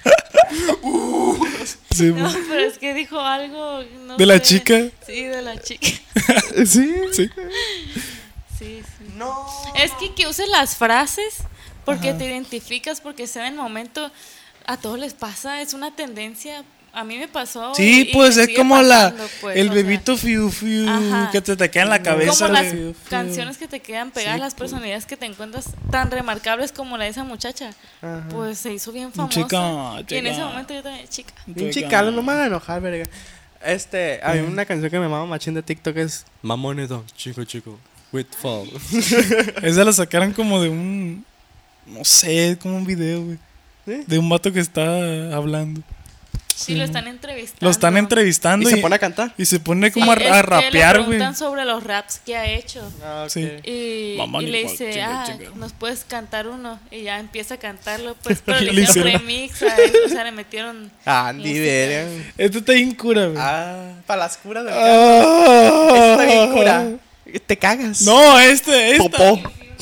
Sí, No, güey. pero es que dijo algo. no ¿De la sé. chica? Sí, de la chica. Sí. Sí. Sí, sí. No. Es que que uses las frases porque te identificas, porque sea en el momento. A todos les pasa, es una tendencia. A mí me pasó. Sí, y- y pues me es sigue como la pasando, pues, el o sea, bebito fiu fiu Ajá. que te, te queda en la cabeza. como las güey. canciones que te quedan pegadas, Sí, las pues. personalidades que te encuentras tan remarcables como la de esa muchacha, Ajá. pues se hizo bien famosa. Chica, Y en chica. ese momento yo también, chica. Bien chicalo, no me hagan enojar, verga. Este, hay una canción que me mama machín de TikTok es Mamones don, chico, chico, with fall. Esa la sacaron como de un no sé, como un video, güey. ¿Sí? De un vato que está hablando. Sí, lo están entrevistando. Lo están entrevistando Y y, se pone a cantar. y se pone Sí, como a, es a que rapear, le güey. preguntan sobre los raps que ha hecho. Ah, ok. Sí. Y, Mamá y ni le cual, dice, chinga, ah, chinga. nos puedes cantar uno. Y ya empieza a cantarlo, pues, pero le Le hicieron hicieron- remix a eso, o sea, le metieron. Andy, música. verga. Esto está bien cura, güey. Ah, para las curas del Ah. Esto está bien cura. Te cagas. No, este, esta. Popó.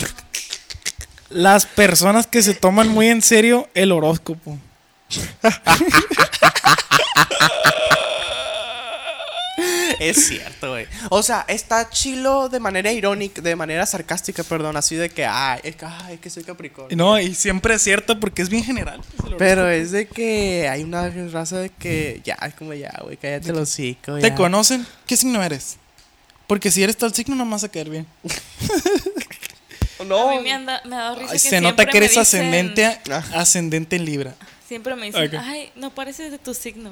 Las personas que se toman muy en serio el horóscopo. Es cierto, güey. O sea, está chilo de manera irónica, de manera sarcástica, perdón, así de que, ay, es que, ay, es que soy Capricornio. No, y siempre es cierto porque es bien general. pues, el Pero horóscopo. es de que hay una raza de que, ya, es como ya, güey, cállate el hocico. ¿Te ya. conocen? ¿Qué signo eres? Porque si eres tal signo no me vas a caer bien. No. A mí me, anda, me ha dado risa Ay, que se nota siempre que me eres dicen- ascendente, Ah. ascendente en Libra. Siempre me dicen, Ok. ay, no pareces de tu signo.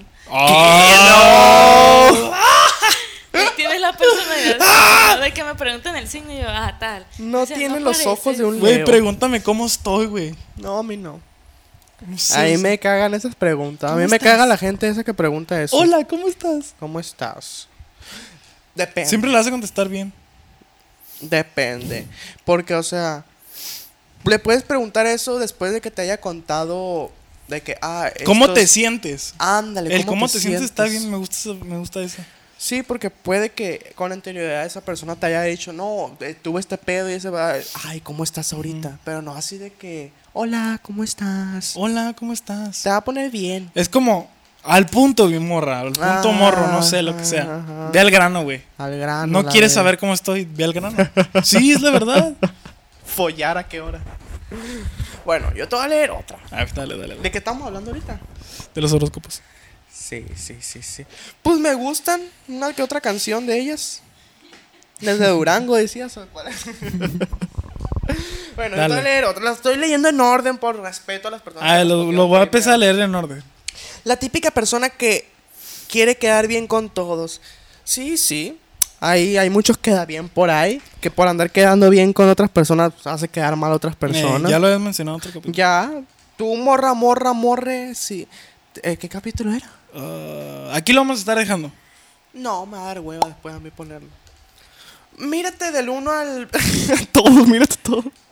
¡Oh! Tienes la personalidad de que me preguntan el signo y yo, ah, tal. No Dicen, tiene los pareces". ojos de un Güey, Leo. pregúntame cómo estoy, güey. No, a mí no. No sé, A mí o sea, me cagan esas preguntas. A ¿Cómo mí me estás? caga la gente esa que pregunta eso. Hola, ¿cómo estás? ¿Cómo estás? Depende. Siempre le vas a contestar bien. Depende. Porque, o sea, le puedes preguntar eso después de que te haya contado de que, ah, ¿Cómo estos- te sientes? Ándale, El cómo te, sientes está bien, me gusta, eso- me gusta eso. Sí, porque puede que con anterioridad esa persona te haya dicho, no, eh, tuve este pedo y ese va, ay, ¿cómo estás ahorita? Pero no así de que, hola, ¿cómo estás? Hola, ¿cómo estás? Te va a poner bien. Es como al punto, bien morra, al punto Ah, morro, no sé, lo que sea. ajá. Ve al grano, güey. Al grano. No la quieres de- saber cómo estoy, ve al grano. Sí, es la verdad. Follar a qué hora. Bueno, yo te voy a leer otra. A ver, dale, dale, dale. ¿De qué estamos hablando ahorita? De los horóscopos. Sí, sí, sí, sí. Pues me gustan una que otra canción de ellas. Desde Durango, decías. ¿o cuál es? Bueno, yo te voy a Dale. leer otra. La estoy leyendo en orden por respeto a las personas. Ah, que lo, escogieron lo voy a primero. empezar a leer en orden. La típica persona que quiere quedar bien con todos. Sí, sí. Hay, hay muchos queda bien por ahí. Que por andar quedando bien con otras personas pues, hace quedar mal a otras personas. Eh, ya lo habías mencionado en otro capítulo. Ya. Tú, morra, morra, morre. Sí. Eh, ¿Qué capítulo era? Ah, aquí lo vamos a estar dejando. No, me va a dar hueva después a mí ponerlo. Mírate del uno al... todo, mírate todo.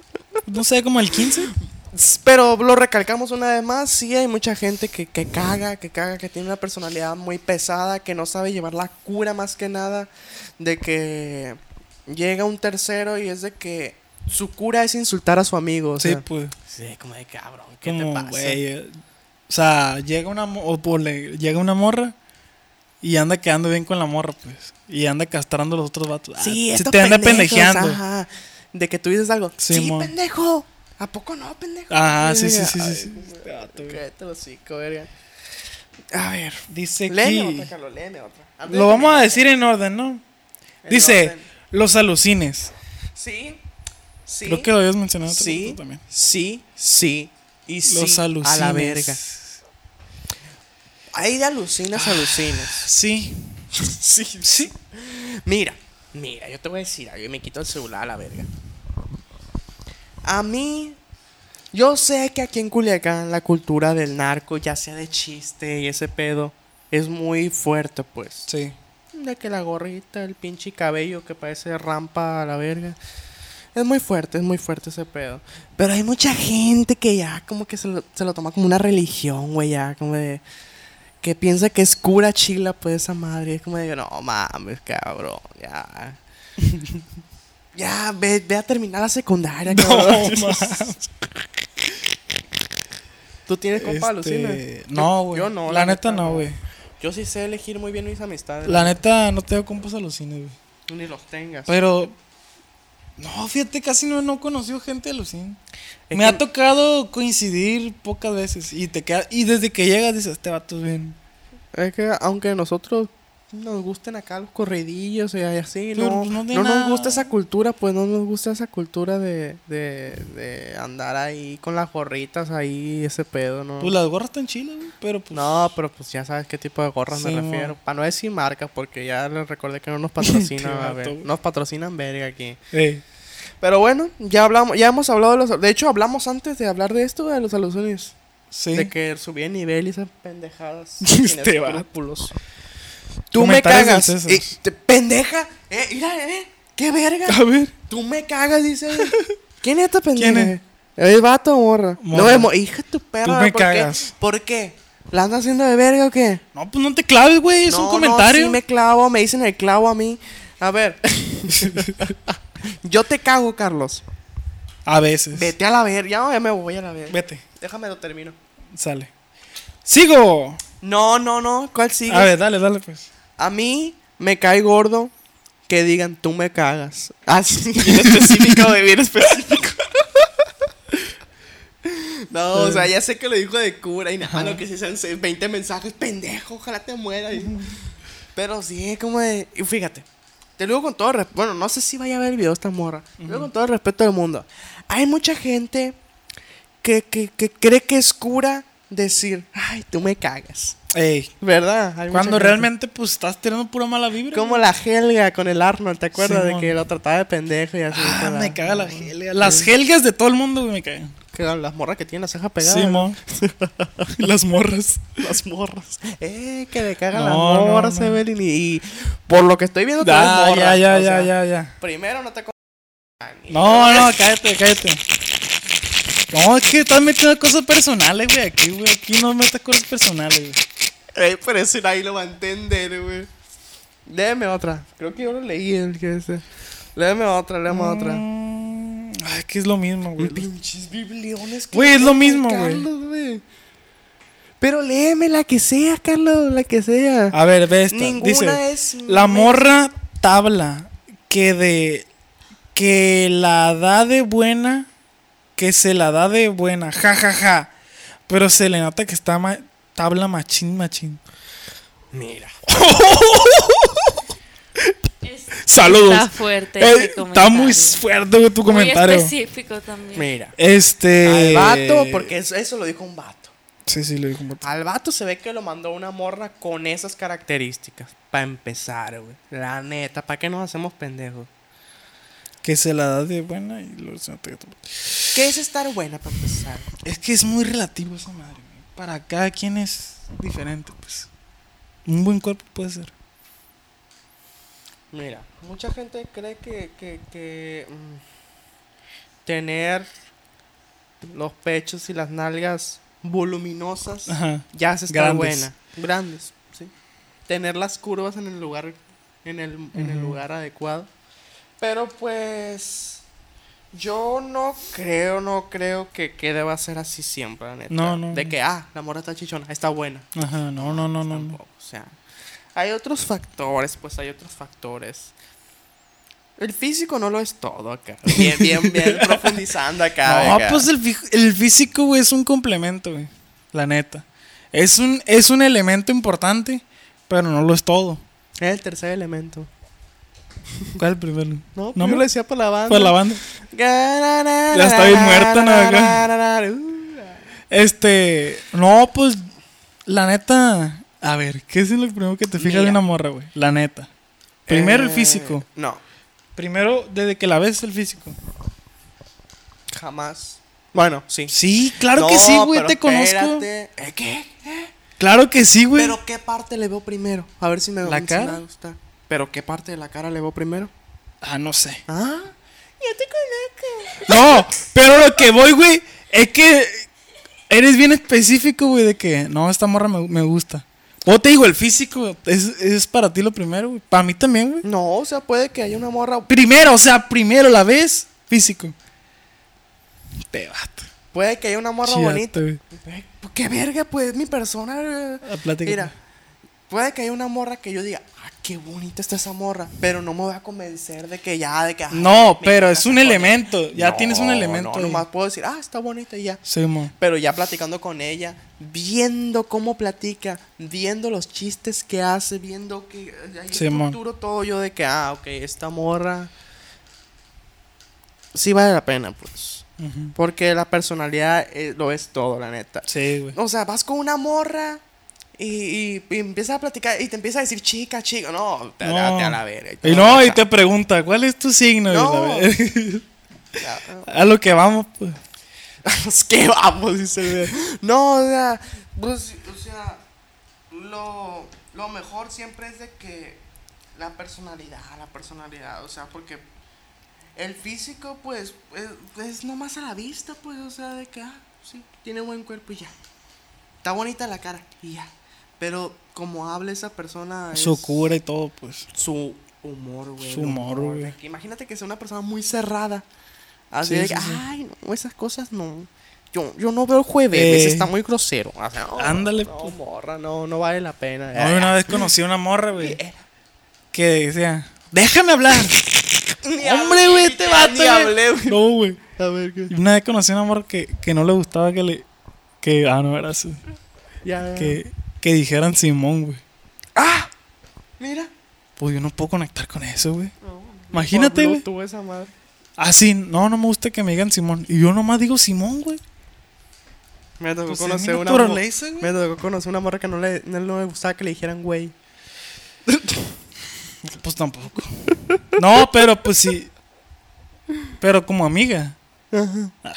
No sé, como el quince. Pero lo recalcamos una vez más, sí hay mucha gente que, que caga, que caga, que tiene una personalidad muy pesada, que no sabe llevar la cura más que nada, de que llega un tercero y es de que su cura es insultar a su amigo. O Sí, sea, pues. sí, como de cabrón, ¿qué Como, te pasa? güey, eh, o sea, llega una, mo- o por le- llega una morra y anda quedando bien con la morra, pues. Y anda castrando a los otros vatos. Ah, Sí, se estos te anda pendejos, pendejeando. ajá, de que tú dices algo, sí, Simón. pendejo, ¿a poco no, pendejo? Ah, sí, sí, Verga, sí, sí, ay, sí. como, Este vato, güey. cállate el hocico, verga. A ver, Dice léeme aquí. otra, Carlos, léeme otra. Antes de Lo que vamos me- a decir en orden, ¿no? en Dice, orden. los alucines. Sí, sí. Creo que lo habías mencionado otro Sí, rato también. sí, sí y sí. Los alucines. A la verga. Hay de alucinas a alucinas. Sí. Sí, sí. Mira, mira, yo te voy a decir algo y me quito el celular a la verga. A mí, yo sé que aquí en Culiacán la cultura del narco, ya sea de chiste y ese pedo, es muy fuerte, pues. Sí. De que la gorrita, el pinche cabello que parece rampa a la verga. Es muy fuerte, es muy fuerte ese pedo. Pero hay mucha gente que ya como que se lo, se lo toma como una religión, güey, ya como de... Que piensa que es cura chila, pues, esa madre. Es como de, no mames, cabrón, ya. Ya, ve, ve a terminar la secundaria, cabrón. No, ¿Tú tienes compa alucina? Este, no, güey. Yo no, La, neta, no, güey. Yo sí sé elegir muy bien mis amistades. La neta, no tengo compas alucines, güey. Ni los tengas. Pero, no, fíjate, casi no, no he conocido gente alucin. Es Me que- ha tocado coincidir pocas veces. Y te queda, y desde que llegas dices, este vato es bien. Es que aunque nosotros nos gusten acá los corridillos y así, Pero, no, pues, no no, de nos nada. gusta esa cultura, pues no nos gusta esa cultura de, de, de andar ahí con las gorritas ahí, ese pedo, ¿no? Pues las gorras están chilas, güey. Pero pues. No, pero pues ya sabes qué tipo de gorras me Sí, refiero. mo. Para no decir marcas, porque ya les recordé que no nos patrocinan, Qué a ver, vato. nos patrocinan verga aquí. Ey. Pero bueno, ya hablamos, ya hemos hablado de los... De hecho, hablamos antes de hablar de esto, de los alusiones. Sí. De que subí de nivel y esas pendejadas. sin Este vato. escrúpulos. Tú me Comentarios del cagas. César. Eh, te- pendeja. Eh, mira, eh. ¿Qué verga? A ver. Tú me cagas, dice. ¿Quién es esta pendeja? ¿Quién es? ¿El vato o morra? Morra. No, es mo- hija de tu perra. Tú me ¿por qué? cagas. ¿Por qué? ¿La andas haciendo de verga o qué? No, pues no te claves, güey. Es No, un comentario. No, sí me clavo, me dicen el clavo a mí. A ver. Yo te cago, Carlos. A veces. Vete a la verga. Ya, ya me voy a la verga. Vete. Déjame lo termino. Sale. ¡Sigo! No, no, no. ¿Cuál sigue? A ver, dale, dale, pues. A mí me cae gordo que digan tú me cagas. Así, bien específico, güey, bien específico. No, o sea, ya sé que lo dijo de cura y nada, lo que sí sean veinte mensajes, pendejo, ojalá te mueras. Pero sí, es como de. Y fíjate, te lo digo con todo respeto. Bueno, no sé si vaya a ver el video esta morra. Te lo digo con todo el respeto del mundo. Hay mucha gente que, que, que cree que es cura decir, ay, tú me cagas. Ey. ¿Verdad? Hay mucha Cuando gente. realmente, pues, estás tirando pura mala vibra. Como güey. la Helga con el Arnold, ¿te acuerdas? Simón. De que lo trataba de pendejo y así. Ah, con la- me caga la helga. Las helgas de todo el mundo, güey, me cagan. Que las morras que tienen la ceja pegada. Sí, mo. Las morras. Las morras. Eh, que le cagan No, las no, morras, no. Evelyn. Y, y por lo que estoy viendo, tú Ya, eres morra. ya, ya, o ya, sea, ya, ya. Primero no te... con- No, no, cállate, cállate. No, es que estás metiendo cosas personales, güey, aquí, güey. Aquí no metas cosas personales, güey. Eh, pero eso nadie lo va a entender, güey. Léeme otra. Creo que yo lo leí. El que ese. Léeme otra, léeme otra. Mm, Ay, que es lo mismo, güey. Pinches bibliones. que Güey, es lo lee mismo, güey. Carlos, güey. Pero léeme la que sea, Carlos, la que sea. A ver, ve esta. Ninguna Dice, es la menos- morra tabla que de... Que la da de buena... Que se la da de buena, ja, ja, ja. Pero se le nota que está ma- tabla machín, machín. Mira. Es- Saludos. Está fuerte. Eh, ese está comentario. muy fuerte, güey, tu comentario. Muy específico también. Mira. Este... Al vato, porque eso, eso lo dijo un vato. Sí, sí, lo dijo un vato. Al vato se ve que lo mandó una morra con esas características. Para empezar, güey. La neta, ¿para qué nos hacemos pendejos? Que se la da de buena y lo se nota que todo- ¿Qué es estar buena para empezar? Es que es muy relativo esa madre, güey. Para cada quien es diferente, pues. Un buen cuerpo puede ser. Mira, mucha gente cree que... que, que mm, tener los pechos y las nalgas voluminosas, Ajá. ya se está Grandes. buena. Grandes, sí. Tener las curvas en el lugar, en el, en el Ujú. lugar adecuado. Pero pues yo no creo, no creo que, que deba ser así siempre, la neta. No, no, De no. que, ah, la morra está chichona, está buena. Ajá, no, no, no, no. no. Tampoco, o sea, hay otros factores, pues hay otros factores. El físico no lo es todo acá. Bien, bien, bien profundizando acá. No, acá. pues el, fi- el físico, güey, es un complemento, güey. La neta. Es un, es un elemento importante, pero no lo es todo. Es el tercer elemento. ¿Cuál es el primero? No, No, no me- me lo decía por la banda. Pues la banda. Ya Ya está bien muerta, ¿no? Acá. Este. No, pues. La neta. A ver, ¿qué es lo primero que te fijas de Mira. una morra, güey? La neta. Primero el Eh, físico. No, Primero, desde que la ves, el físico. jamás. Bueno, sí. Sí, claro que No, sí, güey, pero te conozco. espérate. ¿Eh, ¿Qué? Claro que sí, güey. ¿Pero qué parte le veo primero? A ver si me, ¿La si cara? me va a gustar. ¿Pero qué parte de la cara le veo primero? Ah, no sé. Ah, yo te conozco. No, pero lo que voy, güey, es que eres bien específico, güey, de que no, esta morra me, me gusta. O te digo, el físico es, es para ti lo primero, güey. Para mí también, güey. No, o sea, puede que haya una morra. Primero, o sea, primero la ves, físico. Te vato. Puede que haya una morra Chiato, bonita. güey. Eh, ¿Qué verga, pues? Mi persona. eh. La plática. Mira, puede que haya una morra que yo diga, ah, qué bonita está esa morra. Pero no me voy a convencer de que ya, de que. ah, No, me pero encanta es un esa elemento. Ya No, tienes un elemento. No, ahí. nomás puedo decir, ah, está bonita y ya. Sí, mo. Pero ya platicando con ella, viendo cómo platica, viendo los chistes que hace, viendo que hay Sí, mon. futuro todo yo de que, ah, ok, esta morra sí vale la pena, pues. Ujú. Porque la personalidad eh, lo es todo, la neta. Sí, güey. O sea, vas con una morra y, y, y empiezas a platicar y te empieza a decir chica, chica. No, te, No. date a la verga. Y no, y te pregunta, ¿cuál es tu signo? No. Y la ver- A lo que vamos, pues. Es que vamos, dice el güey. No, o sea, pues, o sea, lo, lo mejor siempre es de que la personalidad, la personalidad, o sea, porque el físico, pues, es, es nomás a la vista, pues, o sea, de que, ah, sí, tiene buen cuerpo y ya. Está bonita la cara y ya. Pero como habla esa persona, es Su cura y todo, pues. su humor, güey. Su el humor, güey. de que imagínate que sea una persona muy cerrada. Así Sí, de sí, que, sí. ay, no, esas cosas no. Yo, yo no veo jueves, Eh. está muy grosero. O sea, no, Ándale, No, pues. morra, no, no vale la pena. No, una vez conocí a una morra, Eh, güey, eh, que decía, déjame hablar. ni Hombre, hablé, güey, este ni vato, güey. hablé, güey. No, güey. A ver, ¿qué? Y una vez conocí a una morra que, que no le gustaba que le. Que, ah, no era así. Ya, Que, que dijeran Simón, güey. ¡Ah! Mira. Pues yo no puedo conectar con eso, güey. No, Imagínate, no güey. tuvo esa madre. Ah, sí, no, no me gusta que me digan Simón. Y yo nomás digo Simón, güey. Me tocó Pues es conocer mi una mo- naturaleza, güey. Me tocó conocer una morra que no le, no le gustaba que le dijeran güey. Pues tampoco. No, pero pues sí. Pero como amiga. Ah,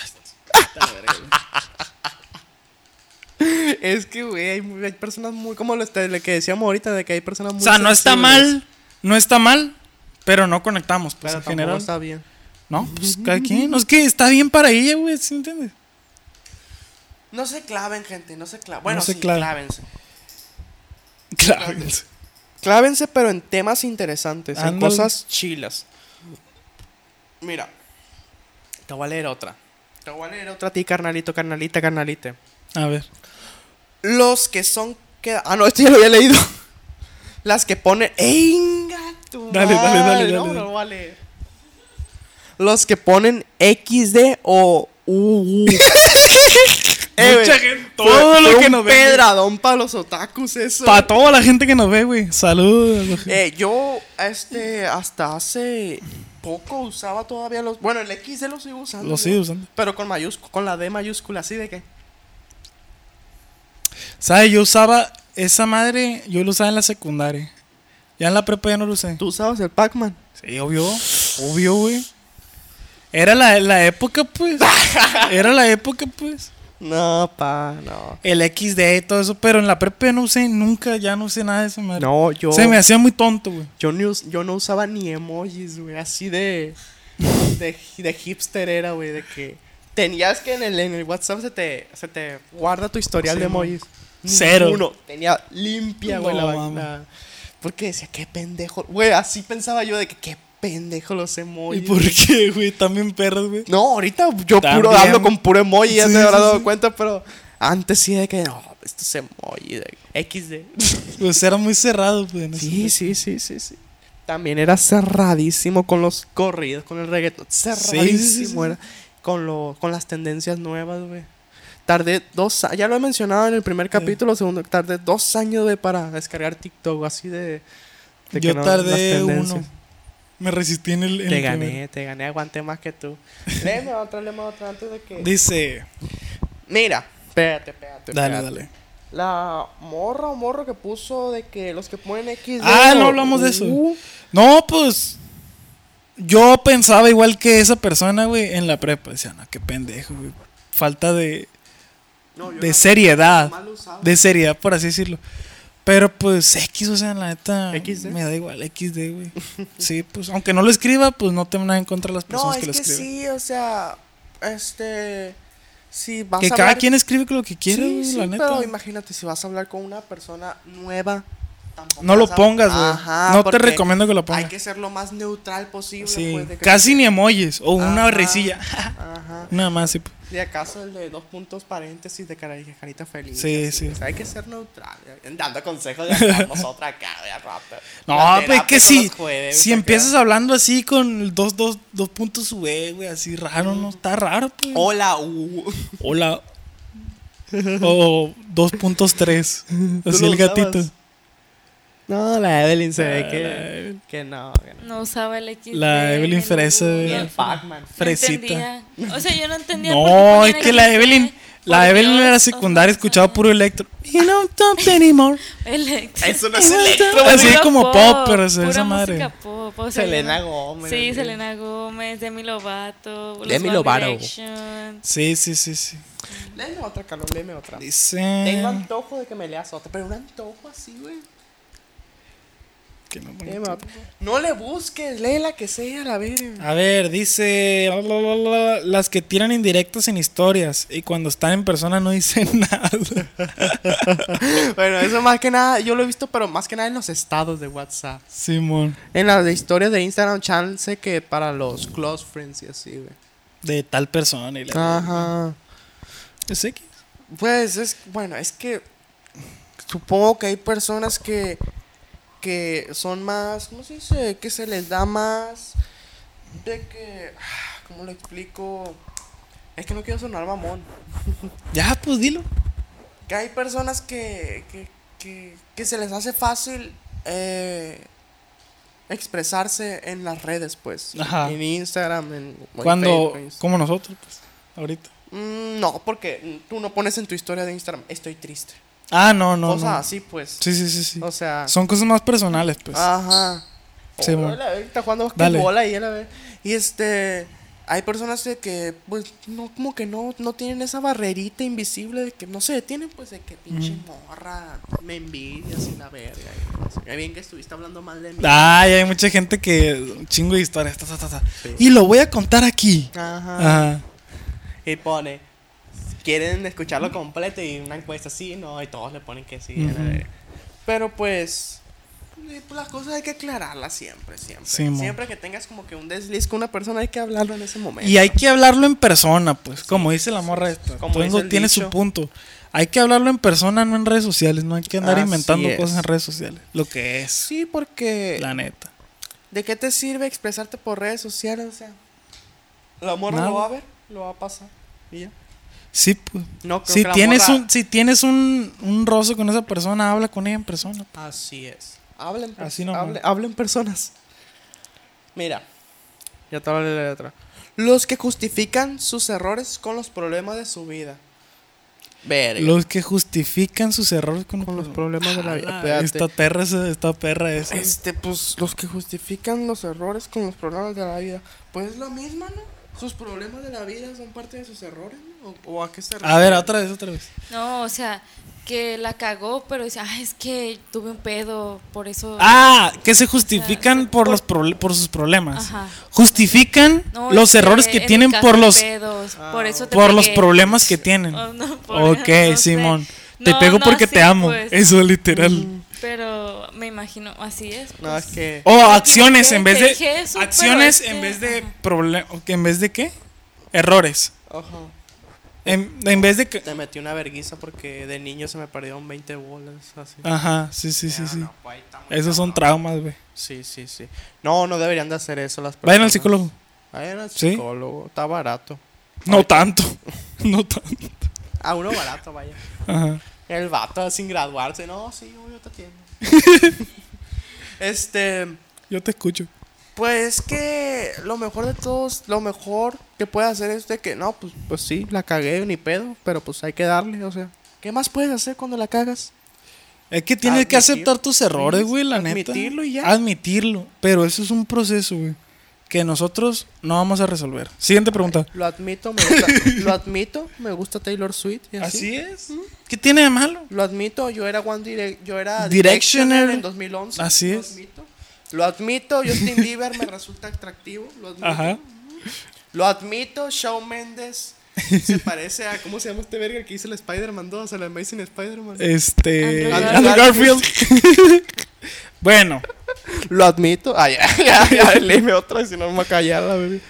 Es que, güey, hay, muy- hay personas muy. Como lo, este- lo que decíamos ahorita, de que hay personas muy. o sea, no está sensibles, mal. No está mal. Pero no conectamos, pues Pero en tampoco general. está bien. No, pues cada quien. No, es que está bien para ella, güey. ¿Sí entiendes? No se claven, gente, no se claven. Bueno, No se sí, claven. clávense. Claro. Clávense, pero en temas interesantes, en Ándale. cosas chilas. Mira, te voy a leer otra. Te voy a leer otra a ti, carnalito, carnalita, carnalite. A ver. Los que son. Que... Ah, no, esto ya lo había leído. Las que ponen. ¡Enga! tu Dale, dale, dale, madre! dale, No, dale. no lo voy a leer. Los que ponen equis de o U. Eh, Mucha güey, gente. fue- Todo lo fue que un nos ve. güey. pedradón para los otakus, eso. Para toda la gente que nos ve, güey. Saludos. Eh, yo, este, hasta hace poco usaba todavía los. Bueno, el equis de lo sigo usando. Lo güey, sigo usando. Pero con mayúscula, con la D mayúscula, así de que. ¿Sabes? Yo usaba esa madre. Yo lo usaba en la secundaria. Ya en la prepa ya no lo usé. Tú usabas el Pac-Man. Sí, obvio. Obvio, güey. Era la, la época, pues. Era la época, pues. No, pa, no. El equis de y todo eso. Pero en la prepa ya no usé nunca. Ya no usé nada de esa madre. No, yo. Se me hacía muy tonto, güey. Yo, ni us- yo no usaba ni emojis, güey. Así de. de, de hipster era, güey, de que tenías que en el, en el WhatsApp se te, se te guarda tu historial Sí, de mo. emojis. Cero. Uno tenía limpia, güey, No, la mames. vaina. Porque decía, qué pendejo. Güey, así pensaba yo de que qué pendejo los ¿Y emojis. por qué, güey? También perros, güey. No, ahorita yo También. puro hablo con puro emoji, ya Sí, te habrás sí, dado sí. cuenta, pero antes sí de que no, esto es emoji de equis de. Pues era muy cerrado, pues. en ese Sí, momento. sí, sí, sí, sí. También era cerradísimo con los corridos, con el reggaetón. Cerradísimo Sí, sí, sí, sí. era. Con, lo, con las tendencias nuevas, güey. Tardé dos años, ya lo he mencionado en el primer capítulo, segundo, tardé dos años, güey, para descargar TikTok, así de... de que Yo no- tardé las tendencias. uno. Me resistí en el. en Te el gané, primero. te gané, aguanté más que tú. Léeme otra, léeme otra antes de que... Dice. Mira, espérate, espérate, Dale, espérate. dale. La morra o morro que puso de que los que ponen equis de... Ah, no hablamos de eso. Uh, No, pues. Yo pensaba igual que esa persona, güey, en la prepa. Decía, no, qué pendejo, güey. Falta de. no, yo de no- seriedad. mal usado. De seriedad, por así decirlo. Pero pues X, o sea, la neta. equis de. Me da igual, equis de, güey. Sí, pues, aunque no lo escriba, pues no tengo nada en contra de las No, personas es que que, lo escriben. sí, o sea, este... Si vas Que a cada hablar- quien escribe lo que quiere, Sí, güey, sí, la neta. pero imagínate si vas a hablar con una persona nueva. tampoco No lo vas a- pongas, güey. Ajá, No te porque recomiendo que lo pongas. Hay que ser lo más neutral posible. Sí, pues, de que- casi ni emojis. O una Ajá, risilla. Ajá. Nada más, sí. pues. Y acaso el de dos puntos paréntesis de cara- carita feliz. Sí, así, sí. o sea, hay que ser neutral. Dando consejos de acá, nosotros acá, de rato. No, La pues terapia que con si, los jueves, si acá. empiezas hablando así con el dos, dos, dos puntos sube, güey, así raro, ¿no? Está raro, pues. Hola, uh. Hola. O dos puntos tres. Así lo el gatito. usabas? No, la Evelyn se ve Ah, la que, Evelyn. que no. Que no. No usaba el X. La Evelyn Fresa, Y güey. el Pac-Man. Fresita. O sea, yo no entendía. por qué No, ponían es que la X D. Evelyn, la Por Evelyn Dios, era o secundaria, sea, escuchaba puro electro. You don't talk anymore. Electro. Eso no es electro, Así güey. es como Puro pop, pero es pura esa madre. música pop, o sea, Selena yo no- Gómez. Sí, eh. Selena Gómez, Demi Lovato, los Demi One Lovato. Direction. Sí, sí, sí, sí. Léeme otra, Carlos, léeme otra. Dice. Tengo antojo de que me leas otra, pero un antojo así, güey. que no, Léeme otra. No le busques, lee la que sea, la verga. A ver, dice la, la, la, la, las que tiran indirectas en historias y cuando están en persona no dicen nada. Bueno, eso más que nada, yo lo he visto, pero más que nada en los estados de WhatsApp. Simón, En las de historias de Instagram, chance que para los close friends y así, güey. de tal persona y la Ajá. es X. Pues es, bueno, es que supongo que hay personas que, que son más, ¿cómo se dice? Que se les da más de que, ah, ¿cómo lo explico? Es que no quiero sonar mamón. Ya, pues dilo. Que hay personas que, que, que, que se les hace fácil eh, expresarse en las redes, pues. Ajá. En Instagram, en o en Cuando, Facebook, en Insta- como nosotros, pues, ahorita. Mm, no, porque tú no pones en tu historia de Instagram, estoy triste. Ah, no, no, Cosas no. así, pues. Sí, sí, sí, sí. O sea. Son cosas más personales, pues. Ajá. Sí, Oh, mon. la ve, está jugando Dale. basquetbol ahí, a la vez. Y este. Hay personas de que, pues, no, como que no, no tienen esa barrerita invisible de que no se detienen, pues, de que pinche morra me envidias y la verga. y no sé. Qué bien que estuviste hablando mal de mí. Ay, hay mucha gente que. Un chingo de historias. Ta, ta, ta, ta. Sí. Y lo voy a contar aquí. Ajá. Ajá. Y pone, quieren escucharlo completo y una encuesta sí, no, y todos le ponen que sí. a la Ujú. verga. Pero pues, eh, pues, las cosas hay que aclararlas siempre, siempre. Sí, mo. siempre que tengas como que un desliz con una persona hay que hablarlo en ese momento. Y hay que hablarlo en persona, pues. Como dice la morra esta. Como Tengo- dice el tiene dicho. su punto. Hay que hablarlo en persona, no en redes sociales. No hay que andar Así inventando es. cosas en redes sociales. Lo que es. Sí, porque La neta. ¿de qué te sirve expresarte por redes sociales? O sea, la morra Nada. lo va a ver, lo va a pasar. Y ya. Sí, pues. No creo Si que la tienes, morra- un, si tienes un, un roce con esa persona, habla con ella en persona. Así es. Hablen, pers- Así nomás. hable- hablen personas. Mira, ya te hablé de la letra. Los que justifican sus errores con los problemas de su vida. Verga. Los que justifican sus errores con, Con los problemas de la vida. Ah, Espérate. esta perra, esa- esta perra esa. Este, pues, los que justifican los errores con los problemas de la vida. Pues es lo mismo, ¿no? sus problemas de la vida son parte de sus errores, ¿no? ¿O, o a qué se refiere? A ver, otra vez, otra vez. No, o sea, que la cagó, pero dice, ah, es que tuve un pedo, por eso. Ah, que se justifican O sea, por por- los prole- por sus problemas. Ajá. Justifican No, los es errores que en mi tienen casa por hay los pedos, Ah, por eso te por los pegué. problemas que tienen. Oh, no, por- Ok, no sé. Simón. Te No, pego no porque así, te amo. pues, Eso literal. Pero me imagino, así es. No, es que. O Me acciones equivoqué, en vez te de dije eso, pero acciones es en que- vez de ajá. problemas, en vez de qué? Errores. Ajá. En, en vez de que Te metí una verguiza porque de niño se me perdieron veinte bolas. Así. Ajá, sí, sí, sí, Ya, sí. no, pues, ahí está muy Esos son cabrón. traumas, güey. Sí, sí, sí. No, no deberían de hacer eso las personas. Vayan al psicólogo. Vayan al ¿Sí? psicólogo. Está barato. No Ahorita- tanto. No tanto. A uno barato, vaya. Ajá. El vato sin graduarse. No, sí, yo te atiendo. este. Yo te escucho. Pues que lo mejor de todos, lo mejor que puede hacer es de que, no, pues, pues sí, la cagué, ni pedo, pero pues hay que darle, o sea. ¿Qué más puedes hacer cuando la cagas? Es que tienes que Admitir. aceptar tus errores, güey, la neta. Admitirlo y ya. Admitirlo. Pero eso es un proceso, güey, que nosotros no vamos a resolver. Siguiente pregunta. Lo admito, me gusta, lo admito, me gusta Taylor Swift y así. Así es. ¿Qué tiene de malo? Lo admito, yo era One Direct, yo era Directioner. en dos mil once. Así lo es. Admito. Lo admito, Justin Bieber me resulta atractivo, lo admito. Ajá. Lo admito, Shawn Mendes se parece a, ¿cómo se llama este verga el que hizo el Spider-Man dos, el Amazing Spider-Man? Este. Andrew Andrew Garfield. Bueno. Lo admito. Ah, ya, ya, ya, léeme otra, si no me voy a callar la bebé.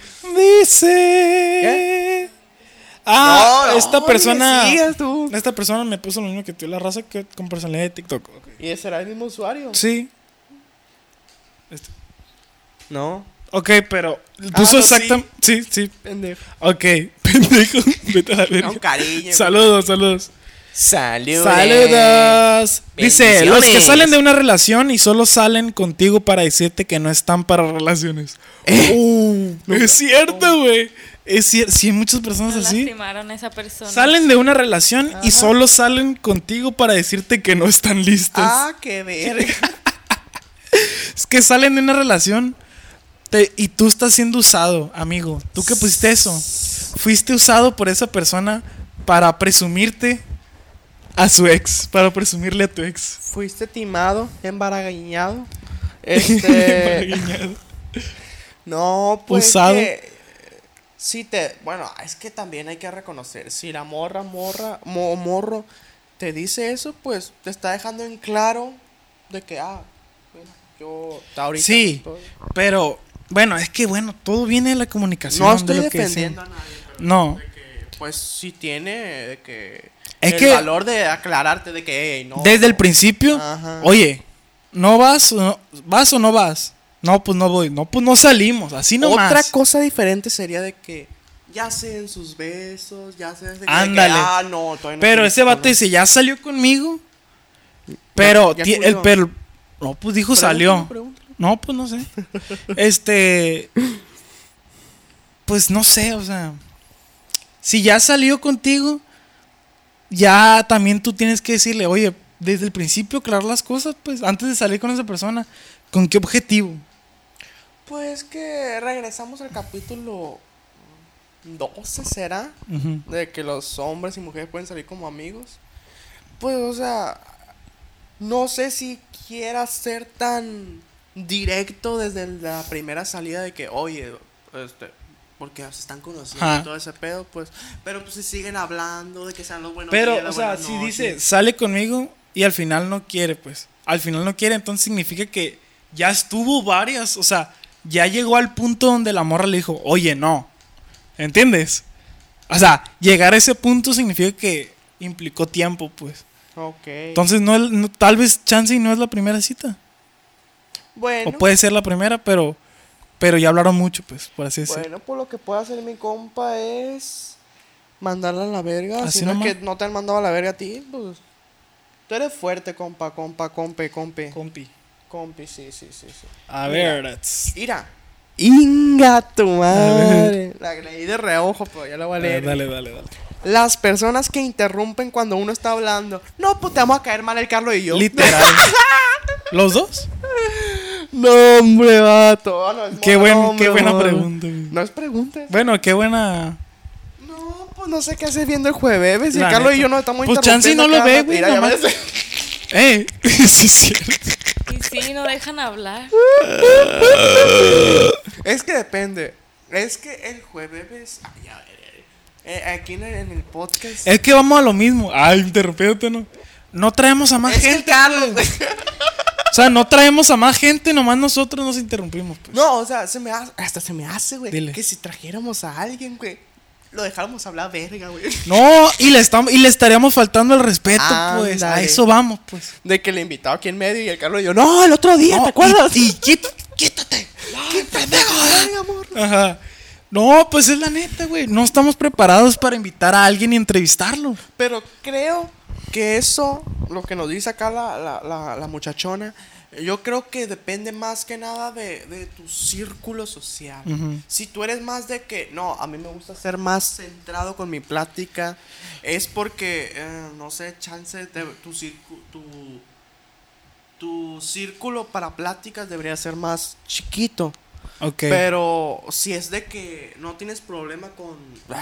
Dice. Ah, No, no, esta ni persona. me sigas tú. Esta persona me puso lo mismo que tú, la raza que con personalidad de TikTok. ¿Y ese era el mismo usuario? Sí. No, Ok, pero puso no, exactamente. Sí, sí. pendejo. Ok, pendejo. Vete a la verga. Con cariño. Saludos, saludos. Saludos. Saludos. Dice, los que Bendiciones. salen de una relación y solo salen contigo para decirte que no están para relaciones. Uh, es cierto, güey. Es cierto. Sí, hay muchas personas No así. lastimaron a esa persona. Salen de una relación y Ajá. solo salen contigo para decirte que no están listos. Ah, qué verga. Es que salen de una relación te- y tú estás siendo usado, amigo. ¿Tú qué pusiste eso? Fuiste usado por esa persona para presumirte a su ex, para presumirle a tu ex. Fuiste timado, embaragañado. Este. Guiñado. No, pues. Usado. Que, sí te. Bueno, es que también hay que reconocer. Si la morra, morra, mo, morro te dice eso, pues te está dejando en claro de que, ah, bueno, yo. Ahorita Sí, estoy- pero bueno, es que bueno, todo viene de la comunicación. No de estoy lo que defendiendo a decimos. nadie. Pero No, de que, pues sí tiene de que. Es el que- valor de aclararte de que, hey, no. desde el no. principio, Ajá. oye, ¿no vas o no, vas o no vas? No, pues no voy. No, pues no salimos, así nomás. Otra cosa diferente sería de que ya sé en sus besos, ya sé de que, de que, Ándale. ah, no, todavía no Pero estoy ese listo, vato ¿no? dice, ya salió conmigo. Pero ya ti- culió. el pero no, pues dijo Pregúntale, salió. pregúntale. No, pues no sé. Este pues no sé, o sea, si ya salió contigo, ya también tú tienes que decirle, "Oye, desde el principio aclarar las cosas, pues antes de salir con esa persona, ¿con qué objetivo?" Pues que regresamos al capítulo doce, ¿será? Ujú. De que los hombres y mujeres pueden salir como amigos. Pues, o sea, no sé si quiera ser tan directo desde la primera salida de que, oye, este, porque se están conociendo Ajá. y todo ese pedo, pues, pero pues si siguen hablando de que sean los buenos Pero, días, o sea, buenas si noches. dice, sale conmigo y al final no quiere, pues. Al final no quiere, entonces significa que ya estuvo varias, o sea, ya llegó al punto donde la morra le dijo, oye, no. ¿Entiendes? O sea, llegar a ese punto significa que implicó tiempo, pues. Ok. Entonces, no, no- tal vez chance y no es la primera cita. bueno, O puede ser la primera, pero, pero ya hablaron mucho, pues, por así decirlo. bueno, pues lo que puede hacer mi compa es mandarla a la verga. Así Si no es nomás. que no te han mandado a la verga a ti, pues. Tú eres fuerte, compa, compa, compe, compe. Compi. Compi, sí, sí, sí, sí. A ver, that's- Mira. Inga tu ver. madre. La leí de reojo, pero ya la voy a a leer. ver, dale, dale, dale. Las personas que interrumpen cuando uno está hablando. No, pues te vamos a caer mal el Carlos y yo. Literal. ¿Los dos? No, hombre, vato. No, es Qué, mono, buen, hombre, qué buena mono. pregunta, güey. No es pregunta. Bueno, qué buena. No, pues no sé qué hace viendo el jueves. Y La Carlos neta. y yo nos estamos Pues chance y no interrumpiendo lo cada ve, rato. güey, Mira, ya nomás. ves. ¡Eh! Sí, es cierto. Y sí, no dejan hablar. Es que depende. Es que el jueves. Ay, a ver, eh, aquí en el, en el podcast. Es que vamos a lo mismo. Ay, interrumpiéndote, no. No traemos a más Es que gente. Carlos, pues. O sea, no traemos a más gente, nomás nosotros nos interrumpimos, pues. No, o sea, se me hace, hasta se me hace, güey, Dile. que si trajéramos a alguien, güey, lo dejáramos hablar verga, güey. No, y le estamos, y le estaríamos faltando el respeto, pues. A Ándale. eso vamos, pues. De que el invitado aquí en medio y el Carlos y yo, no, el otro día, No, ¿te acuerdas? Y, y quít- quítate. ¡Qué pendejo! Ay, amor. Ajá. No, pues es la neta, güey. No estamos preparados para invitar a alguien y entrevistarlo. Pero creo que eso, lo que nos dice acá la, la, la, la muchachona, yo creo que depende más que nada de, de tu círculo social. Ujú. Si tú eres más de que, no, a mí me gusta ser más centrado con mi plática, es porque, eh, no sé, chance de tu, circu- tu, tu círculo para pláticas debería ser más chiquito. Ok. Pero si es de que no tienes problema con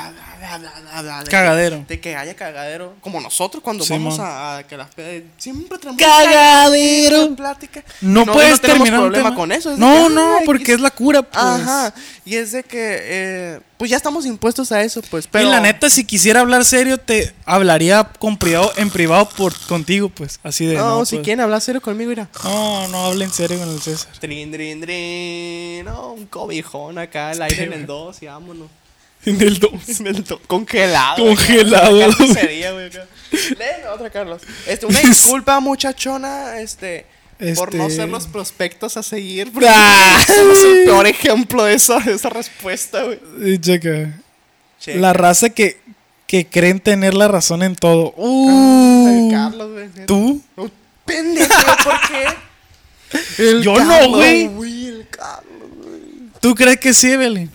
de Cagadero. que, de que haya cagadero, como nosotros cuando Simón. vamos a, a que las pe- siempre tenemos Cagadero. en plática. No, No, puedes no tenemos terminar un problema tema. con eso, es de No, que, no, ay, porque que- es la cura, pues. Ajá. Y es de que eh, pues ya estamos impuestos a eso, pues. Pero Y la neta, si quisiera hablar serio, te hablaría con privado, en privado por contigo, pues. Así de. no, No, si pues. quieren hablar serio conmigo, mira. No, no hable en serio con el César. Trin, trin, trin. No, un cobijón acá, el aire en el dos y vámonos. En el dos. En el do- Congelado. Congelado. Acá, acá sería, güey, acá. Léeme otra, Carlos. Este, una disculpa, muchachona, este, por Este- no ser los prospectos a seguir. Porque Ah. somos el peor ejemplo de esa, de esa respuesta, güey. Y checa. Checa. La raza que, que creen tener la razón en todo. El Uh, Carlos, güey. ¿Tú? Oh, pendejo, ¿por qué? El Yo no, Carlos, güey. Uy, el Carlos, güey. ¿Tú crees que sí, Evelyn?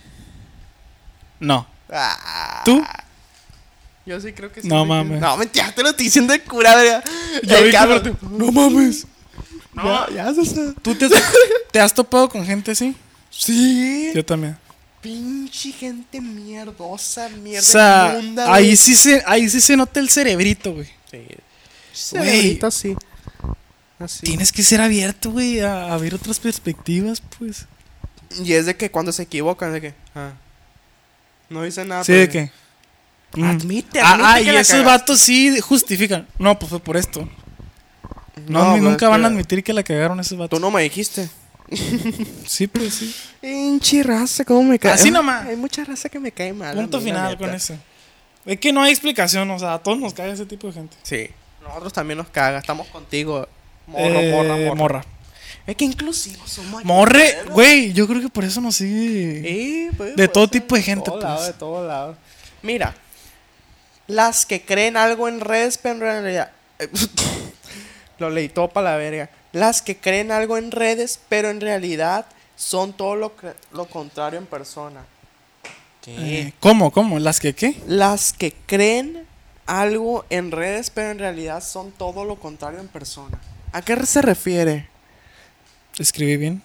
No. Ah. ¿Tú? Yo sí creo que sí. No güey. mames. No, mentira, te lo estoy diciendo de cura, güey. Yo El vi que Carlos. me- no mames. Ya, ya se sabe. ¿Tú te has, te has topado con gente así? Sí. Yo también. Pinche gente mierdosa, O mierda. sea, inmunda, ahí güey. sí, se, ahí sí se nota el cerebrito, güey. Sí. Güey. Cerebrito así. Así. Tienes que ser abierto, güey, a, a ver otras perspectivas, pues. Y es de que cuando se equivocan, de que. Ah, no dice nada. Sí, pero- de que. mm. Admite, Ah, admite ah, que y la esos cagaste. vatos sí justifican. No, pues fue por esto. No, ni- pues, nunca van a que admitir que la cagaron esos vatos. Tú no me dijiste. Sí, pues sí. Pinche raza, ¿cómo me cae? Así nomás. Hay mucha raza que me cae mal. Punto a mí, la final neta. con eso. Es que no hay explicación, o sea, a todos nos cae ese tipo de gente. Sí. Nosotros también nos caga. Estamos contigo. Morro, Eh, morra, morra. morra. Es que inclusivos somos. Morre, ¿no? güey, yo creo que por eso nos sigue. Sí, pues, De pues, todo tipo de gente, todo pues. lado, de todos lados. Mira, las que creen algo en redes, pero en realidad. Lo leí todo para la verga. Las que creen algo en redes, pero en realidad son todo lo, que- lo contrario en persona. ¿Qué? Eh, ¿Cómo? ¿Cómo? ¿Las que qué? Las que creen algo en redes, pero en realidad son todo lo contrario en persona. ¿A qué se refiere? Escribí bien.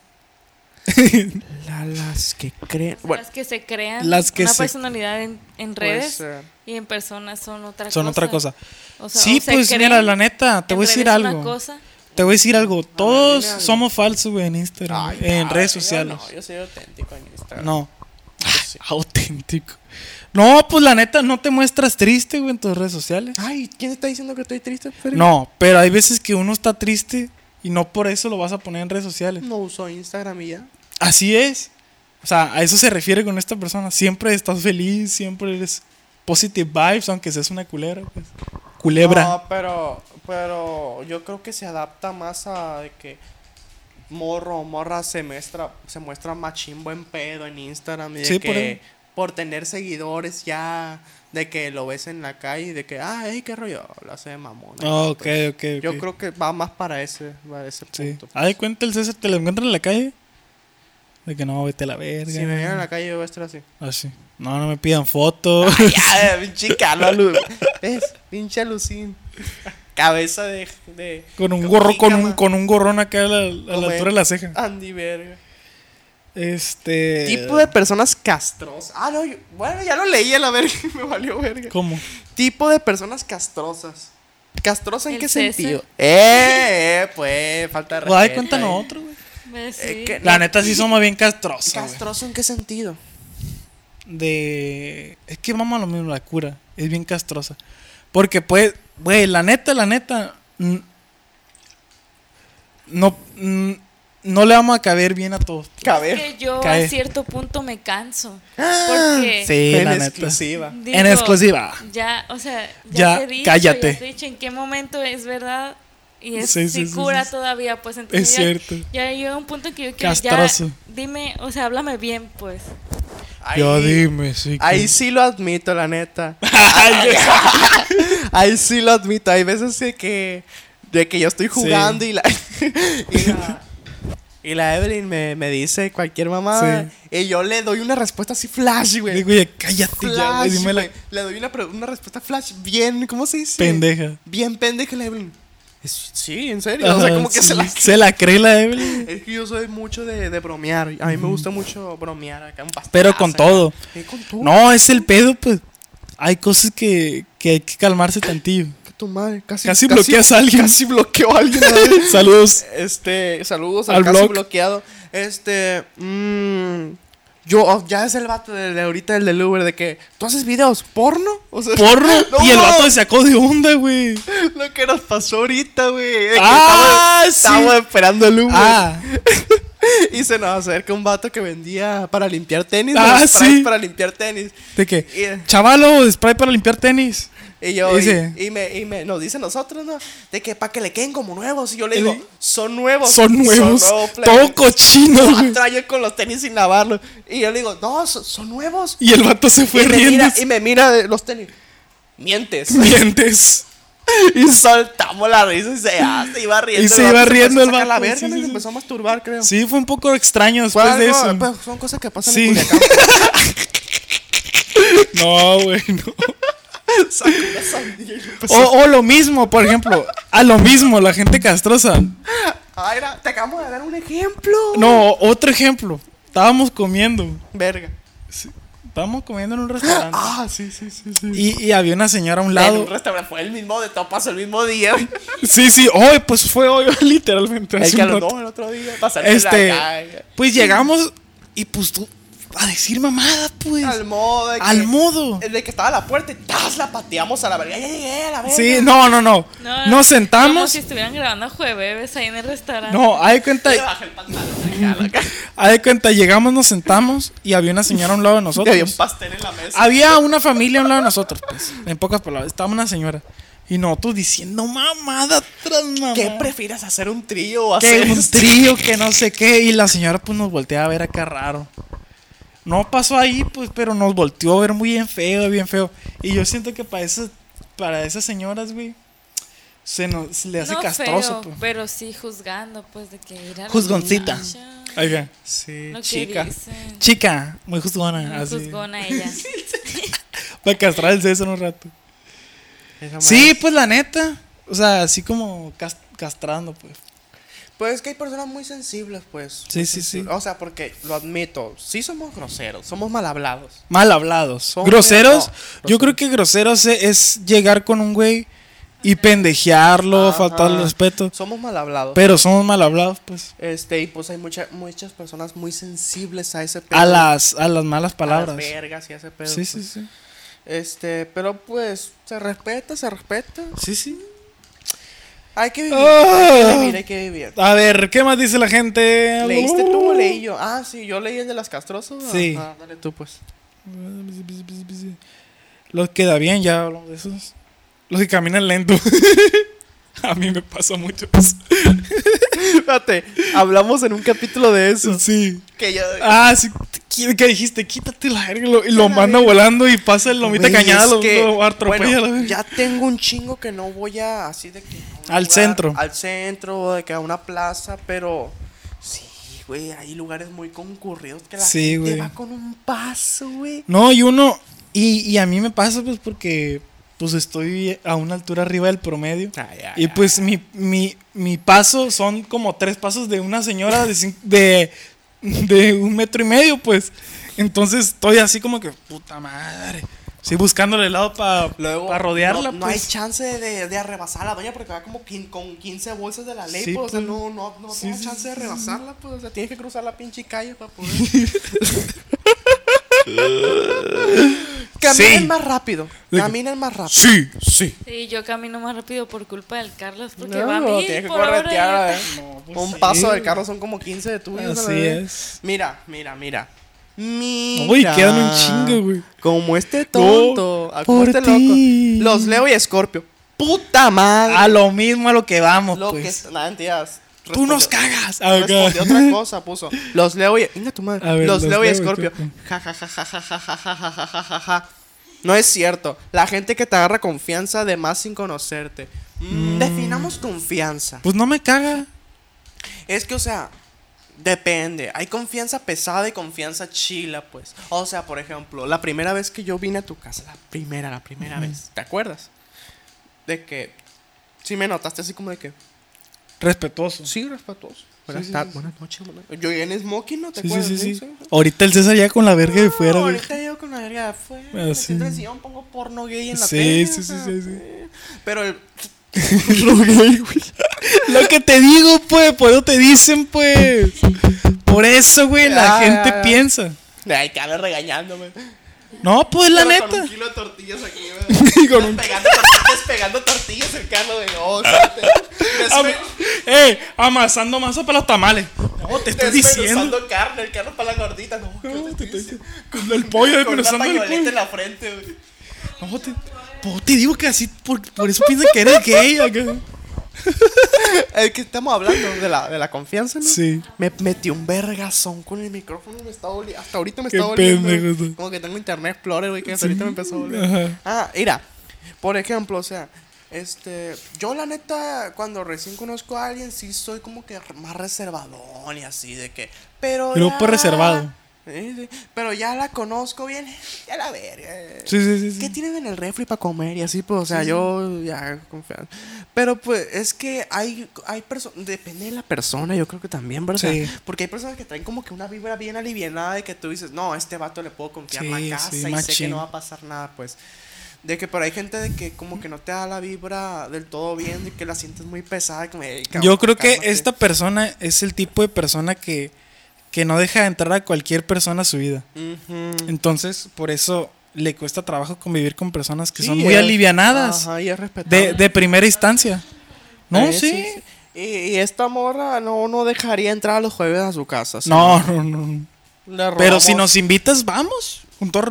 La- las que creen. Bueno, Las que se crean Las que una se- personalidad en, en puede redes ser. y en persona son otra Son cosa. otra cosa. O sea, Sí, o se pues creen mira, la neta, te en voy a decir redes una algo. cosa. Te voy a decir algo. Todos dime algo. somos falsos, güey, en Instagram, Ay, güey, en no, redes yo sociales. No, yo soy auténtico en Instagram. No. Yo sí. Auténtico. No, pues la neta, no te muestras triste, güey, en tus redes sociales. Ay, ¿quién está diciendo que estoy triste? Freddy? No, pero hay veces que uno está triste y no por eso lo vas a poner en redes sociales. No uso Instagram y ya. Así es. O sea, a eso se refiere con esta persona. Siempre estás feliz, siempre eres positive vibes, aunque seas una culera, pues. Culebra. No, pero, pero yo creo que se adapta más a de que morro o morra se muestra, se muestra machín buen pedo en Instagram y de Sí, que por ahí. por tener seguidores ya, de que lo ves en la calle y de que, ah, hey, qué rollo, lo hace de mamón. Ah, ok, ok, ok. Yo creo que va más para ese, para ese Sí. punto. Ah, de cuenta el César, te lo encuentras en la calle. De que no, vete a la verga. Si me vieran en la calle yo voy a estar así. Así. No, no me pidan fotos. Ya, pinche Carlos, Lu- ¿ves? Pinche Lucín. cabeza de. de Con un como gorro, con un, jícama. con un gorrón acá a la, a la Como altura de la ceja. Andy, verga. Este. Tipo de personas castrosas. Ah, no, yo- bueno, ya lo leí a la verga. Me valió verga. ¿Cómo? Tipo de personas castrosas. ¿Castrosa en El qué César. sentido? Eh, eh, pues, falta de Pues, ay, respeto cuéntanos ahí. otro, güey. Pues sí. Eh, que- La neta sí somos bien castrosos, güey. ¿Castroso en qué sentido? De. Es que vamos a lo mismo, la cura. Es bien castrosa. Porque, pues, güey, la neta, la neta. mm, No. mm, No le vamos a caber bien a todos. Caber. Que yo Cae. a cierto punto me canso. Porque Sí, en la neta. exclusiva. digo, En exclusiva. Ya, o sea, Ya, ya, te he dicho, cállate. ya te he dicho en qué momento es verdad y es Sí, si sí, sí, cura sí. todavía, pues entonces Es ya, cierto. ya llega un punto en que yo quiero Castroso. ya dime, o sea, háblame bien, pues. Ahí, Yo dime, sí. que- ahí sí lo admito, la neta. Ahí sí lo admito. Hay veces de que, de que yo estoy jugando y la. y la Y la Evelyn me, me dice cualquier mamada. Sí. Y yo le doy una respuesta así flash, güey. Digo, oye, cállate ya, Flash, güey. Dime la güey. Le doy una, pre- una respuesta flash bien, ¿cómo se dice? pendeja. Bien pendeja la Evelyn. Es- sí, en serio. O sea, Ajá, como que sí, se la... se la cree la Evelyn. Es que yo soy mucho de, de bromear. A mí me gusta mucho bromear acá. Un pastazo, Pero con acá. todo. Sí, con todo. No, es el pedo, pues. Hay cosas que, que hay que calmarse tantillo. Que tu madre. Casi, Casi bloqueas a alguien. Casi bloqueo a alguien. ¿verdad? Saludos. Este, saludos al, Al casi blog. bloqueado. Este, mmm, yo, oh, ya es el vato de, de ahorita, el del Uber, de que, ¿tú haces videos porno? O sea, Porno. no, Y el vato se sacó de onda, güey. lo que nos pasó ahorita, güey. de que Ah, estábamos- sí. Estábamos esperando el Uber. Ah, Y se nos acerca un vato que vendía para limpiar tenis. Ah, los sprays sí. para limpiar tenis. ¿de qué? Y- Chavalo, spray para limpiar tenis. Y yo, Dice- y, y me, y me nos dice a nosotros, ¿no? De que para que le queden como nuevos. Y yo le Él- digo, son nuevos. Son nuevos. nuevos, plebe. Todo cochino, güey. Cuatro años con los tenis sin lavarlos. Y yo le digo, no, son, son nuevos. Y el vato se fue y, me riendo. mira, y me mira de los tenis. Mientes. Mientes. Y soltamos la risa y se, ah, se iba riendo. Y se el iba vato riendo empezó a el sacar la vato, verga, sí, ¿no? sí, Y se sí. empezó a masturbar, creo. Sí, fue un poco extraño Fue después de algo- eso. pues, son cosas que pasan Sí. en Culiacán. No, güey, no. Sacó una sandía y empezó O, o lo mismo, por ejemplo, a lo mismo, la gente castrosa. Ah, era, te acabamos de dar un ejemplo. No, otro ejemplo. Estábamos comiendo. Verga. Estábamos comiendo en un restaurante. Ah, sí, sí, sí, sí. Y, y había una señora a un En lado. un restaurante fue el mismo, de todo pasó el mismo día. Sí, sí, hoy, pues fue hoy, literalmente. El hace que un lo rato. no, el otro día. Pasar Este, la calle. pues llegamos y pues tú, a decir mamada, pues. Al modo de que, Al modo. de que estaba a la puerta y ¡tas! La pateamos a la verga. Ya llegué a la verga. Sí, no, no, no. No, Nos Como sentamos. si estuvieran grabando jueves ahí en el restaurante. No, haz de cuenta, Le bajé el pantalón acá, acá. haz de cuenta, llegamos, nos sentamos y había una señora a un lado de Y nosotros. había un pastel en la mesa. Había una familia a un lado de nosotros, pues. En pocas palabras, estaba una señora. Y nosotros diciendo mamada tras mamada. ¿Qué prefieres, hacer un trío o Que hacer un esto? trío, que no sé qué. Y la señora pues nos voltea a ver acá raro. No pasó ahí, pues, pero nos volteó a ver muy bien feo, bien feo. Y yo siento que para esas, para esas señoras, güey, se nos se le hace No castroso, feo, pues. pero sí juzgando, pues, de que ir a la Juzgoncita. muchacha, Oiga, Sí, lo que chica. dicen. chica, muy juzgona, Muy así. juzgona ella. Para castrar el César un rato. Esa Sí, madre. pues la neta. O sea, así como cas- castrando, pues. Pues es que hay personas muy sensibles, pues. Sí, Muy sí, sí. sensibles. O sea, porque lo admito, sí somos groseros, somos mal hablados. Mal hablados. Son Groseros. muy- no, yo creo que groseros e- es llegar con un güey y pendejearlo, Ajá. faltarle respeto. Somos mal hablados. Pero somos mal hablados, pues. Este, y pues hay mucha, muchas personas muy sensibles a ese pedo. A las, a las malas a las palabras. vergas y a ese pedo. Sí, sí, pues. sí. Este, pero pues, se respeta, se respeta. Sí, sí. Hay que vivir, Ah. hay que vivir, hay que vivir. A ver, ¿qué más dice la gente? ¿Leíste tú o leí yo? Ah, sí, yo leí el de las castrosos. Sí. Ah, dale tú, pues. Los que da bien, ya hablamos de esos. Los que caminan lento. A mí me pasa mucho eso. Fíjate, hablamos en un capítulo de eso. Sí. Que yo. Ah, sí. ¿Qué qué dijiste? Quítate la verga. lo- Y lo la manda verga. volando y pasa el lomita Güey, cañada. es Lo, que, lo atropella. bueno, la verga. ya tengo un chingo que no voy a así de que a un Al centro. al centro, de que a una plaza, pero sí, güey, hay lugares muy concurridos que la Sí, gente güey. va con un paso, güey. No, y uno. Y, y a mí me pasa, pues, porque. pues estoy a una altura arriba del promedio. Ay, ay, Y pues mi, mi, mi paso son como tres pasos de una señora de, cin- de, de un metro y medio, pues. Entonces estoy así como que, puta madre. Sí, buscándole el lado para Luego, rodearla, no, no hay pues. chance de, de rebasar a la doña porque va como quin- con quince bolsas de la ley, Sí, pues, o sea, pues. no, no, no Sí, tiene sí, chance sí, de sí, rebasarla, pues, o sea, tienes que cruzar la pinche calle para poder. Caminen Sí. más rápido, caminen más rápido. Sí, sí. Sí, yo camino más rápido por culpa del Carlos, porque No, va a mí tienes que por hora corretear, y- eh. No, pues Un sí. paso del carro son como quince de tuyos. Así a la vez. es. Mira, mira, mira. Mira. Uy, quedan un chingo, güey. Como este tonto. ah, como por este ti. loco. Los Leo y Scorpio. Puta madre. A lo mismo a lo que vamos, Lo pues. que. Nada, mentiras. Tú nos Respondió- cagas. Ah, ok. Respondió otra cosa, puso. Los Leo y. Venga tu madre. A ver, los, los Leo y Leo y Scorpio. Scorpio. Ja, ja, ja, ja, ja, ja, ja, ja, ja, ja, ja, ja, ja. No es cierto. La gente que te agarra confianza de más sin conocerte. Mm, Definamos confianza. Pues no me caga. Es que, o sea, depende. Hay confianza pesada y confianza chila, pues. O sea, por ejemplo, la primera vez que yo vine a tu casa, la primera, la primera vez, ¿te acuerdas? De que sí me notaste así como de que, Respetuoso. sí, respetuoso. Buenas, sí, tar- sí, buenas noches, buenas- Yo llegué en smoking, ¿no te Sí, sí, acuerdas? sí, sí. Ahorita el César ya con la verga de fuera, No, güey. ahorita yo con la verga de afuera. Ah, Me sí. siento en el sillón, pongo porno gay en la Sí, tele. sí, o sí, sea, sí, sí. eh, Pero el, Lo que te digo, pues, por eso te dicen, pues. Por eso, güey, la Ya, gente ya, ya. piensa. ay, que anda regañándome. No, pues la Pero Con neta. un kilo de tortillas aquí, güey. Con un- Despegando tortillas, despegando tortillas el Carlos de no, cállate. Am- Despe- ¡Eh! Amasando masa para los tamales. No, te estoy diciendo. Desmenuzando carne, el carro para la gordita. No, ¿qué No, te te estoy estoy- diciendo? Con el pollo Con una desmenuzando el pañoleta pollo. en la frente, güey. No, te, po, te digo que así, por, por eso piensan que eres gay acá. Es que estamos hablando de la, de la confianza, ¿no? Sí. Me metí un vergazón con el micrófono y me está doliendo. Hasta ahorita me Qué está doliendo. pendejo, güey. tú. Como que tengo Internet Explorer, güey, que hasta ahorita me empezó a doler. Ajá. Ah, mira. Por ejemplo, o sea, este, yo la neta, cuando recién conozco a alguien, sí soy como que más reservadón y así, de que, pero Grupo ya- reservado. Sí, sí, pero ya la conozco bien, ya la verga. Sí, sí, sí. sí. ¿Qué tienen en el refri para comer? Y así, pues, o sea, yo ya confío. Pero pues es que hay, hay personas, depende de la persona, yo creo que también, ¿verdad? Sí. Porque hay personas que traen como que una vibra bien alivianada de que tú dices, no, a este vato le puedo confiar Sí, la casa sí, y sé que machín. no va a pasar nada, pues. De que, pero hay gente de que como que no te da la vibra del todo bien, de que la sientes muy pesada. Como, "Ey, cabrón, Yo creo que cálmate". esta persona es el tipo de persona que, que no deja de entrar a cualquier persona a su vida. Ujú. Entonces, por eso le cuesta trabajo convivir con personas que Sí, son muy es- alivianadas. Ajá, y es respetable. De, de primera instancia. No, Eh, sí. Y, y esta morra no, no dejaría entrar a los jueves a su casa. ¿sí? No, no, no. Le Pero si robamos- nos invitas, vamos. Un tor-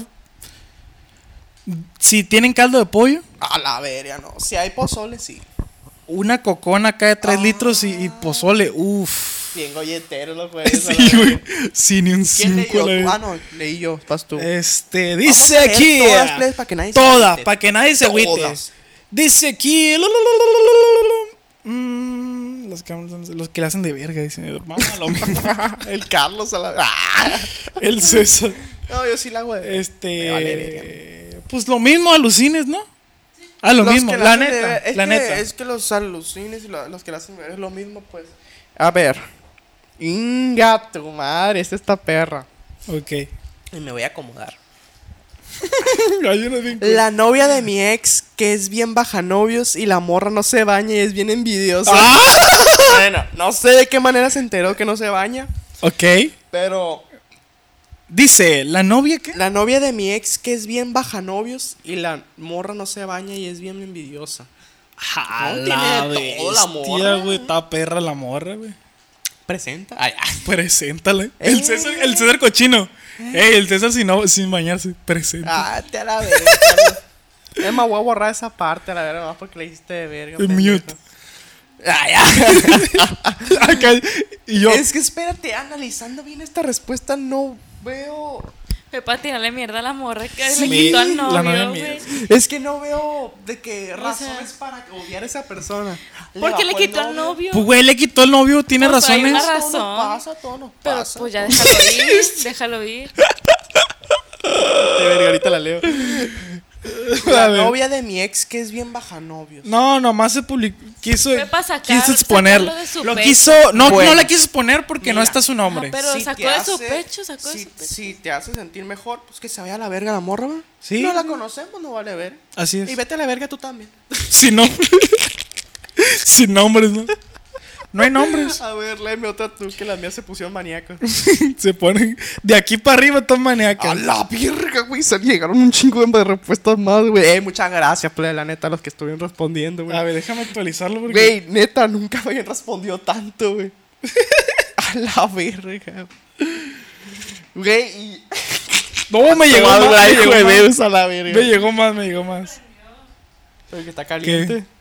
Si tienen caldo de pollo, A la verga, no. Si hay pozole, sí. una cocona acá de tres Ah. litros y, y pozole. Uf. Bien golletero los jueves. a la Sí, güey. verga. Sí, ni un ¿Quién cinco. leyó? la Ah, no, leí yo. Vas tú. Este, Vamos dice a leer aquí. todas, please, para que nadie se Todas, agüite. para que nadie se agüite. Todas. Dice aquí. Mm, los, que, los que le hacen de verga, dicen. Mámalo, El Carlos a la ¡Ah! el César. No, yo sí la hago de... Este. Me vale verga. Pues lo mismo alucines, ¿no? Ah, lo Los mismo, que la hacen de neta. ver- es La que, neta. Es que los alucines y lo- los que la hacen ver es lo mismo, pues. A ver. Inga tu madre, esta está perra. Ok. Y me voy a acomodar. Hay una bien- La novia de mi ex, que es bien baja novios y la morra no se baña y es bien envidiosa. ¡Ah! Bueno, no sé de qué manera se enteró que no se baña, Ok. pero Dice, ¿la novia qué? la novia de mi ex, que es bien baja novios y la morra no se baña y es bien envidiosa. A No, la tiene todo la bestia, morra. güey. Está perra la morra, güey. Presenta. Ay, ay. Preséntale. El Eh. César, el César cochino. Ey, el César sin, no- sin bañarse. Presenta. Ah, te a la verga. Carlos. Es más, voy a borrar esa parte, a la verga, más porque le hiciste de verga. El pendejo. mute. Ay, ay. Acá, y yo. Es que espérate, analizando bien esta respuesta, no veo. Fue para tirarle mierda a la morra que Sí, le quitó al la novia novio, mía. güey. Es que no veo de qué O razones sea, para odiar a esa persona. ¿Por qué le bajó el quitó al novio? Pues, güey, le quitó el novio. Tiene Pues, hay razones. una Todo nos razón. pasa, todo nos Pero pasa. pues ya déjalo ir, déjalo ir. De verga, ahorita la leo. La A ver. novia de mi ex que es bien baja novios. No, nomás se publicó. Quiso, Fue pa' sacar- quiso exponerlo. sacarlo de su Lo pecho. quiso. No, Bueno. no la quiso exponer porque no Mira. está su nombre. Ajá, pero- sacó te de su pecho, sacó de si, su pecho. si te hace sentir mejor, pues que se vaya a la verga la morra, ¿va? Sí. No la conocemos, no vale ver. Así es. Y vete a la verga tú también. Sin nombre. Sin nombres, ¿no? No hay nombres. A ver, léeme otra tú, que las mías se pusieron maníacas. Se ponen. De aquí para arriba todos A maníacas. la verga, güey, se llegaron un chingo de respuestas más, güey. Eh, muchas gracias, plebe, la neta, a los que estuvieron respondiendo, güey. A ver, déjame actualizarlo porque. Güey, neta, nunca me habían respondido tanto, güey. A la verga. Güey, y... No, me llegó Tomado más. la Me hijo llegó de más. Beus a la verga. Me llegó más, me llegó más. Pero que está caliente. ¿Qué?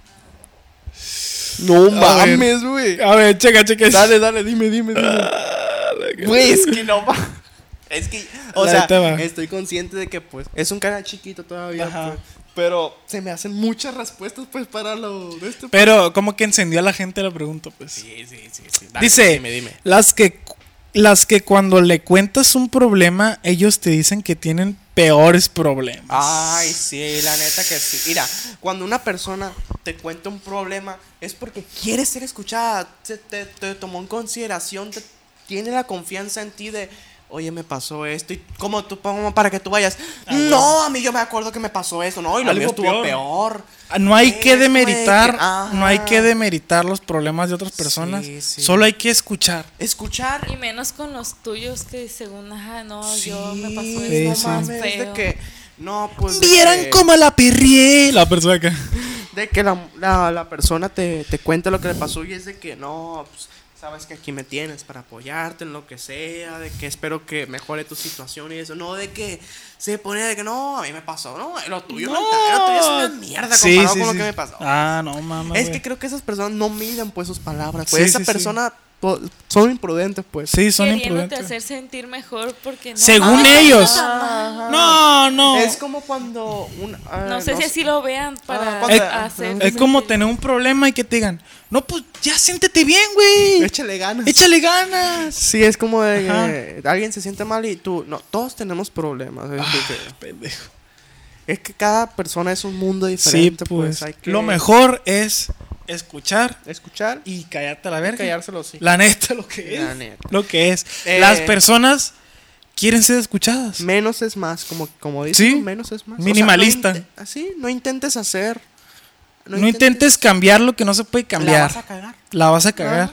No A ver. mames, güey. A ver, checa, checa. Dale, dale, dime, dime, dime. Güey, es que no va. Es que, o La sea, neta va. estoy consciente de que, pues, es un canal chiquito todavía, Ajá. pues, pero se me hacen muchas respuestas, pues, para lo de este. Pero como que encendió a la gente la pregunta, pues. Sí, sí, sí, sí. Dale, Dice, dime, dime. las que las que cuando le cuentas un problema, ellos te dicen que tienen peores problemas. Ay, sí, la neta que sí. Mira, cuando una persona te cuenta un problema, es porque quiere ser escuchada, te, te, te tomó en consideración, te- tiene la confianza en ti de, oye, me pasó esto, y como tú, como para que tú vayas, no, a mí yo me acuerdo que me pasó eso, no, y lo Algo mío estuvo peor. peor. Ah, No hay Es que como de demeritar, que, ajá. no hay que demeritar los problemas de otras personas. Sí, sí. Solo hay que escuchar. Escuchar. Y menos con los tuyos que según, ajá, no, Sí, yo me pasó sí, esto sí. más mames, de feo. que, no, pues. de Vieran que- cómo la perrié. La persona acá. De que la, la, la persona te, te cuenta lo que le pasó y es de que no, pues, sabes que aquí me tienes para apoyarte en lo que sea, de que espero que mejore tu situación y eso, no de que se pone de que no, a mí me pasó, no, lo tuyo no, está- lo tuyo es una mierda Sí, comparado sí, con sí. lo que me pasó. Ah, no, mamá. es güey. que creo que esas personas no miden pues sus palabras, pues Sí, esa sí, sí. persona po- son imprudentes pues. Sí, son Queriéndote imprudentes. hacer sentir mejor porque no. Según no, ellos. no, no, No, no. Es como cuando un, ah, No sé si sé. así lo vean para Ah, cuando- hacer. Es como tener un problema y que te digan, no, pues ya siéntete bien, güey. Échale ganas. Échale ganas. Sí, es como de Ajá. que alguien se siente mal y tú, no, todos tenemos problemas. Es, de que, Pendejo. es que cada persona es un mundo Sí, diferente, pues. pues, hay que Lo mejor es escuchar escuchar y y callarte a la verga. callárselo sí. La neta, lo que La es. neta. Lo que es. Eh, Las personas quieren ser escuchadas. Menos es más, como, como dicen, Sí. menos es más. Minimalista. O sea, no inte- así, no intentes hacer. No, intentes cambiar lo que no se puede La cambiar. vas a cagar. La vas a cagar.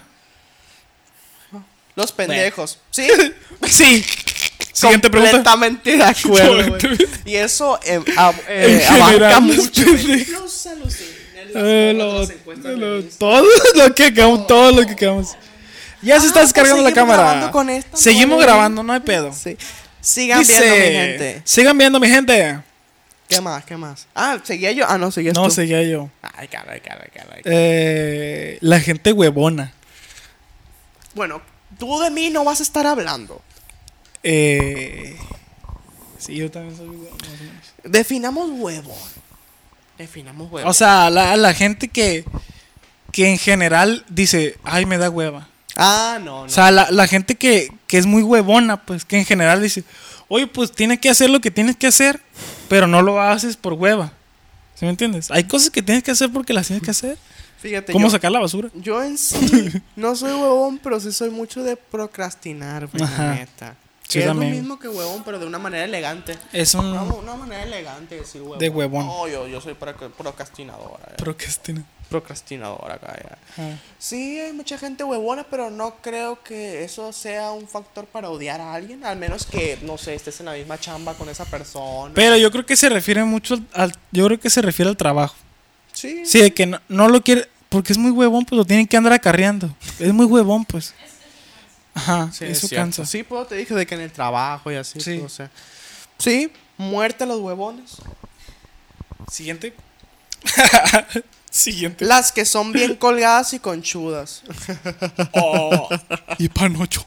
Los pendejos. Sí. Sí. Siguiente pregunta. Completamente de acuerdo, güey. Y eso eh, ab- eh, En abarca general, mucho. los güey. Los alucinales, las Eh, fotos, lo- las encuestas lo- de Insta. todo lo que acabamos, todo lo que acabamos. Ya se Ah, está pues descargando la seguimos cámara. grabando con esta, Seguimos ¿no? grabando, no hay pedo. Sí. Sigan viendo, mi gente. Sigan viendo, mi gente. ¿Qué más? ¿Qué más? Ah, ¿seguía yo? Ah, no, seguías No, tú. seguía yo. Ay, caray, caray, caray. Eh, la gente huevona. Bueno, tú de mí no vas a estar hablando. Eh, sí, yo también soy huevón, más o menos. Definamos huevón. Definamos huevón. O sea, la, la gente que, que en general dice, ay, me da hueva. ah, no, no. O sea, la, la gente que, que es muy huevona, pues que en general dice, oye, pues tienes que hacer lo que tienes que hacer, pero no lo haces por hueva. ¿Sí me entiendes? Hay cosas que tienes que hacer porque las tienes que hacer. Fíjate, ¿Cómo yo, sacar la basura? yo en sí no soy huevón, pero sí soy mucho de procrastinar, güey, la Ajá. neta. Sí, Que es también. lo mismo que huevón, pero de una manera elegante. Es Una, un una manera elegante de decir huevón. De huevón. No, yo, yo soy proc- procrastinadora. ya. procrastina. Procrastinadora acá, ya. Ajá. Sí, hay mucha gente huevona, pero no creo que eso sea un factor para odiar a alguien. Al menos que, no sé, estés en la misma chamba con esa persona. Pero yo creo que se refiere mucho al, al- yo creo que se refiere al trabajo. Sí. Sí, de que no, no lo quiere, porque es muy huevón, pues lo tienen que andar acarreando. Es muy huevón, pues. Ajá, Sí, eso es cierto. cansa. Sí, pues te dije de que en el trabajo y así. Sí. pues, o sea. Sí, muerte a los huevones. Siguiente. Siguiente. Las que son bien colgadas y conchudas. Oh, y panochón.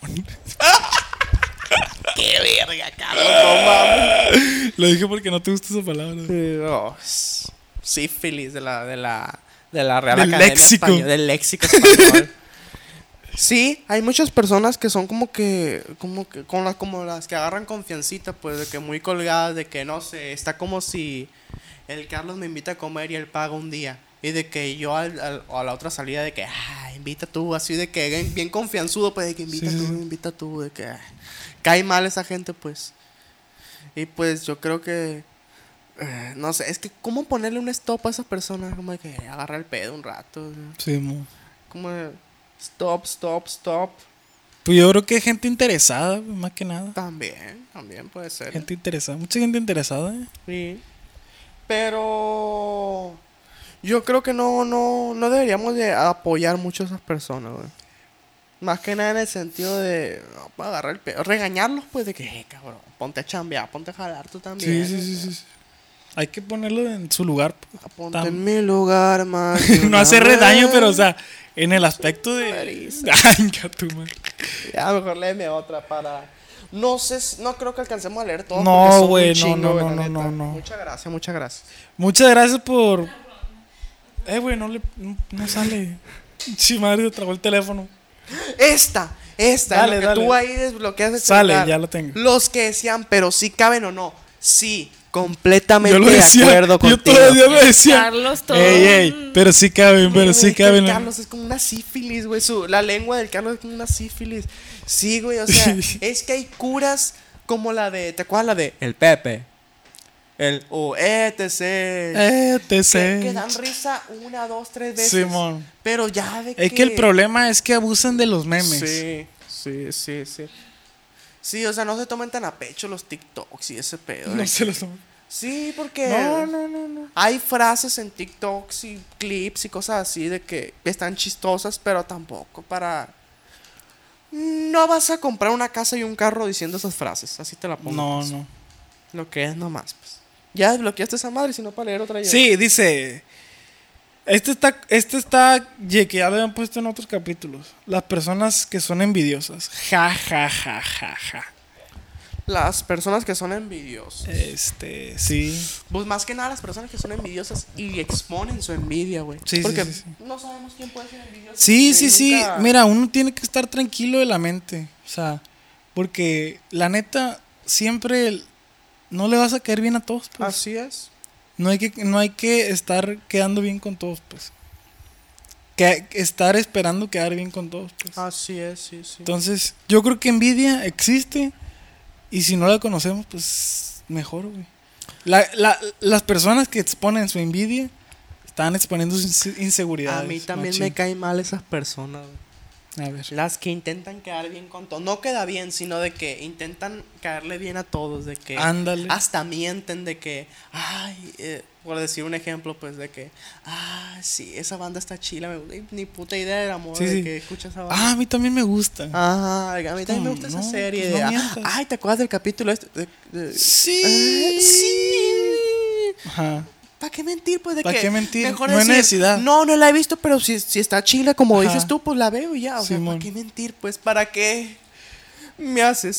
¡Qué verga, cabrón! No mames. Lo dije porque no te gusta esa palabra. Oh, s- sífilis de la, de la, de la Real Del Academia léxico. Española, del léxico español. Sí, hay muchas personas que son como que, como que, con las, como las que agarran confiancita, pues, de que muy colgadas, de que no sé, está como si el Carlos me invita a comer y él paga un día. Y de que yo al, al, a la otra salida de que, ah, invita tú, así de que bien, bien confianzudo, pues de que invita Sí, tú, sí. invita tú, de que ah, cae mal esa gente, pues. Y pues yo creo que, eh, no sé, es que ¿cómo ponerle un stop a esa persona? Como de que agarra el pedo un rato. Sí, mo. Como de, stop, stop, stop. Pues yo creo que hay gente interesada, más que nada. También, también puede ser. Gente interesada, mucha gente interesada, ¿eh? Sí. Pero yo creo que no, no, no deberíamos de apoyar mucho a esas personas, güey. Más que nada en el sentido de no, para agarrar el pedo, regañarlos pues de que, eh, cabrón, ponte a chambear, ponte a jalar tú también. Sí, sí, sí, sí, sí. Hay que ponerlo en su lugar. pues. Ponte Tam- en mi lugar, man. no hacerle daño, pero o sea, en el aspecto de. Mariza. Ay, que tu madre. Ya, mejor léeme otra para. No sé, si- no creo que alcancemos a leer todo. No, porque son un güey, no, chingo, no, güey, no, la no, neta. no, no. Muchas gracias, muchas gracias. Muchas gracias por. Eh, güey, no le. No, no sale. Sí, madre, trabó el teléfono. Esta, esta, Dale, lo que dale. tú ahí desbloqueas el Sale, celular. ya lo tengo. Los que decían, pero sí caben o no. Sí, completamente Yo lo de decía. acuerdo Yo contigo. todavía lo decía. Carlos, todo. Ey, ey, pero sí caben, pero sí Güey, que caben. el Carlos es como una sífilis, güey. su- La lengua del Carlos es como una sífilis. Sí, güey, o sea, es que hay curas como la de, ¿te acuerdas la de el Pepe? El o etc. Eh, te que, sé. que dan risa una, dos, tres veces. Simón. Pero ya de Es que el problema es que abusan de los memes. Sí, sí, sí, sí. Sí, o sea, no se tomen tan a pecho los TikToks y ese pedo. No de se que- los toman. Sí, porque No, no, no, no. hay frases en TikToks y clips y cosas así de que están chistosas, pero tampoco para... No vas a comprar una casa y un carro diciendo esas frases, así te la pongo. No, pues. no. Lo que es nomás, pues. Ya desbloqueaste esa madre, si no para leer otra yo. Sí, dice. Este está, este está, ye, que ya lo habían puesto en otros capítulos. Las personas que son envidiosas. Ja, ja, ja, ja, ja. Las personas que son envidiosas. Este, sí. Pues más que nada las personas que son envidiosas y exponen su envidia, güey. Sí, sí, Porque sí, sí. no sabemos quién puede ser envidioso. Sí, y sí, sí. nunca- Mira, uno tiene que estar tranquilo de la mente. O sea, porque la neta, siempre no le vas a caer bien a todos, pues. Así es. No hay que, no hay que estar quedando bien con todos, pues. Que, estar esperando quedar bien con todos, pues. Así es, sí, sí. Entonces, yo creo que envidia existe. Y si no la conocemos, pues mejor, güey. La, la, las personas que exponen su envidia están exponiendo sus inse- inseguridades. A mí también machín. me caen mal esas personas, güey. A ver. Las que intentan quedar bien con todo. No queda bien, sino de que intentan caerle bien a todos. De que Ándale. hasta mienten de que, ay, eh, por decir un ejemplo, pues de que, ah, sí, esa banda está chila. Me gusta. Y ni puta idea del amor Sí, de sí. que escucha esa banda. Ah, a mí también me gusta. Ajá, a mí también me ¿Cómo? gusta No, esa serie. pues de, no ah, mientas. ay, ¿te acuerdas del capítulo este? De, de- Sí. Ah, sí. Ajá. ¿Para qué mentir? Pues de ¿Pa' que qué mentir? mejor No hay decir, necesidad. No, no la he visto, pero si, si está chila, como Ajá. dices tú, pues la veo y ya. O sea, Simón. ¿para qué mentir? Pues, ¿para qué me haces?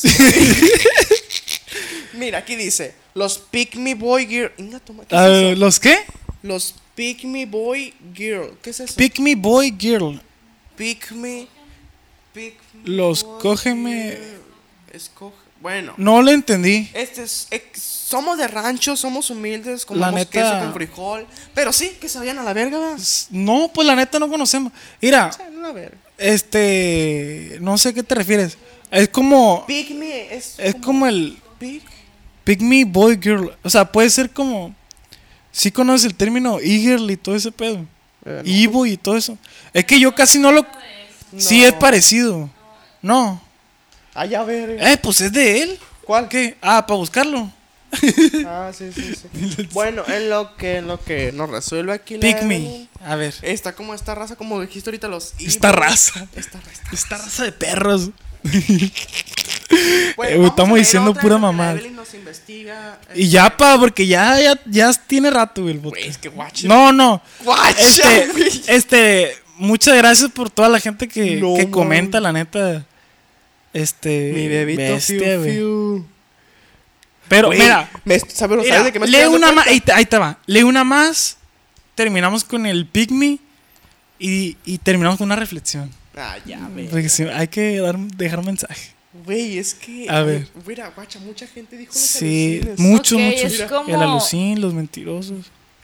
Mira, aquí dice, los Pick Me Boy Girl. Inga, toma, ¿qué es Ah, eso? ¿Los qué? Los Pick Me Boy Girl. ¿Qué es eso? Pick me boy girl. Pick Me. Pick me Los boy cógeme- girl. Escoge. Bueno. No lo entendí. Este es, ex- somos de rancho, somos humildes, La comemos neta- queso con frijol. Pero sí, que se vayan a la verga, ¿verdad? No, pues la neta no conocemos. Mira, Se vayan a la verga. este. No sé a qué te refieres. Es como. Pick me es, Es como el. pick. Pick me boy girl. O sea, puede ser como. Sí conoces el término e-girl y todo ese pedo. Eh, no. Evo y todo eso. Es que yo casi no lo. Sí No. es parecido. No. Ay, a ver. Eh, pues es de él. ¿Cuál? ¿Qué? Ah, para buscarlo. Ah, sí, sí, sí. Bueno, en lo que en lo que nos resuelve aquí la Pick me. Evelyn, A ver. está como esta raza, como dijiste ahorita, los Esta Evo. raza. Esta raza. Esta raza de perros. Bueno, Eh, vamos estamos a leer diciendo otra pura en lo que la mamada. Evelyn nos investiga. Y ya, pa, porque ya, ya, ya tiene rato, güey, el Güey, podcast. es que guacha. No, no. Guacha, Este, güey. este, muchas gracias por toda la gente que, No, que man. comenta, la neta. Este. Mi bebito bestia, fiu, güey. fiu. Pero, Güey, mira, me, ¿sabes, mira, ¿sabes de qué me estoy lee dando una más. cuenta? Ahí, te- ahí te va. Lee una más. Terminamos con el Pick Me. Y, y terminamos con una reflexión. Ah, ya, güey. Porque si- hay que dar, dejar un mensaje. Güey, es que. A ver. Mira, guacha, mucha gente dijo los Sí, alucines. mucho, Ok, mucho. es como- El alucín, los mentirosos.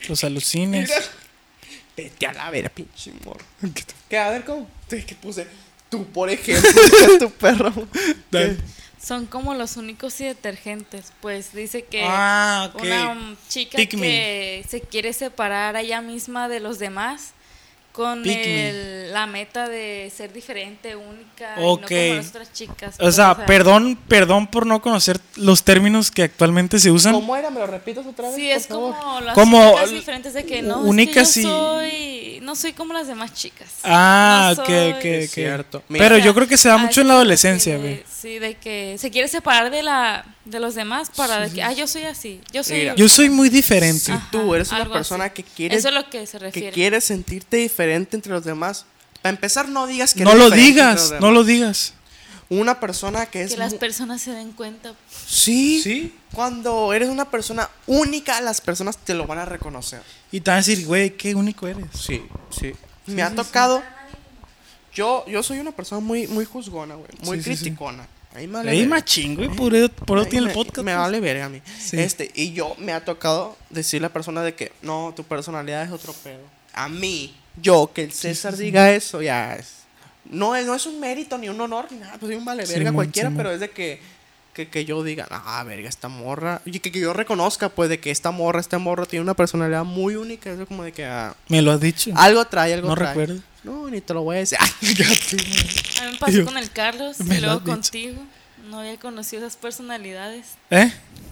los alucines. Mira. Vete a la vera, pinche morro. ¿Qué? A ver, ¿cómo? ¿Qué puse? Tú, por ejemplo, tu perro. ¿Qué? Son como los únicos y detergentes. Pues dice que Ah, ok. una um, chica Pick me. que se quiere separar a ella misma de los demás con Pick me. el- la meta de ser diferente, única, Ok. y no como las otras chicas. O pues, sea, perdón, perdón por no conocer los términos que actualmente se usan. ¿Cómo era? ¿Me lo repitas otra vez? Sí, por es favor? como las Como chicas diferentes de que no, únicas es que y- yo soy, no soy como las demás chicas. Ah, No ok, soy- ok, Es ok. cierto. Pero O sea, yo creo que se da a mucho en eso la me adolescencia, refiero, güey. Sí, de que se quiere separar de la de los demás para de que, ah, yo soy así, yo soy Mira, Yo soy muy diferente. Si Ajá, tú eres una algo persona así. que quiere, Eso es lo que se refiere. que quiere sentirte diferente entre los demás, para empezar, no digas que No eres lo diferente entre los digas, demás. no lo digas. Una persona que es Que las mu- personas se den cuenta. Sí, Sí. cuando eres una persona única, las personas te lo van a reconocer. Y te van a decir, güey, qué único eres. Sí, sí. Me ha tocado. Yo, yo soy una persona muy, muy juzgona, güey. Muy Sí, sí, sí. criticona. Ahí me vale Ahí verga. machín, güey, por eso, por eso Ahí tiene me, el podcast. Me pues. vale verga a mí. Sí. Este, y yo me ha tocado decirle a la persona de que no, tu personalidad es otro pedo. A mí, yo, que el César diga eso, ya es. No es, no es un mérito ni un honor ni nada, pues soy un vale verga Simón, cualquiera, Simón. pero es de que, que, que yo diga, ah, verga, esta morra. Y que, que yo reconozca, pues, de que esta morra, este morro tiene una personalidad muy única. Eso como de que ah, Me lo has dicho. algo trae, algo No trae. recuerdo. No, ni te lo voy a decir. A mí me pasó Yo- con el Carlos me y lo luego has dicho. contigo. No había conocido esas personalidades. ¿Eh?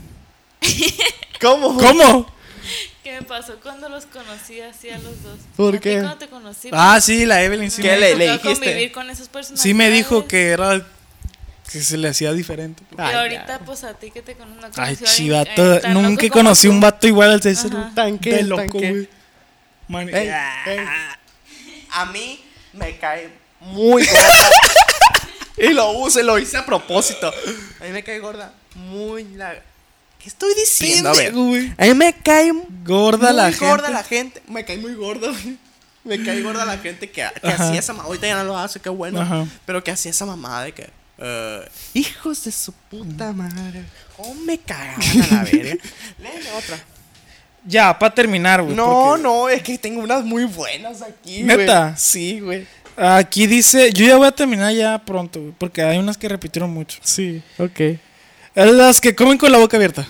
¿Cómo? ¿Cómo? ¿Qué me pasó cuando los conocí así a los dos? ¿Por A ti qué? Cuando te conocí. Ah, sí, la Evelyn sí, ¿Qué me, le- me le tocó dijiste? convivir con esas personalidades. sí me dijo que era que se le hacía diferente. Y Ay, ahorita, ya. pues a ti que te conozco. no Ay, conocí a alguien, chivato, eh, tan nunca loco he como conocido tú. un vato igual al César. Ajá. ¿Tan qué? De ¿Tan loco, qué? güey. Man- Ey, Ah. ey. A mí me cae muy gorda. Y lo use, lo hice a propósito. A mí me cae gorda muy la... ¿Qué estoy diciendo? A ver, Pendejo, güey. a mí me cae Gorda muy la gorda gente. la gente. Me cae muy gorda, güey. Me cae gorda la gente que, que Ajá. hacía esa mamada. Ahorita ya no lo hace, qué bueno. Ajá. Pero que hacía esa mamada de que... eh, hijos de su puta madre. ¿Cómo me cagaban a la verga? Léeme otra. Ya, para terminar, güey. No, porque no, es que tengo unas muy buenas aquí, ¿Neta? güey. Sí, güey. Aquí dice, yo ya voy a terminar ya pronto, güey, porque hay unas que repitieron mucho. Sí, ok. Las que comen con la boca abierta.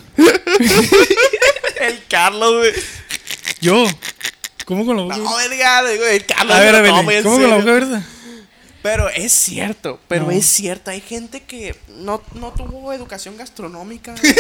El Carlos, güey. Yo. ¿Cómo con la boca No, abierta? verga, digo, el Carlos. A me ver, lo a ver, tomo muy en ¿cómo con la serio. boca abierta? Pero es cierto, pero No. es cierto. Hay gente que no, no tuvo educación gastronómica. güey.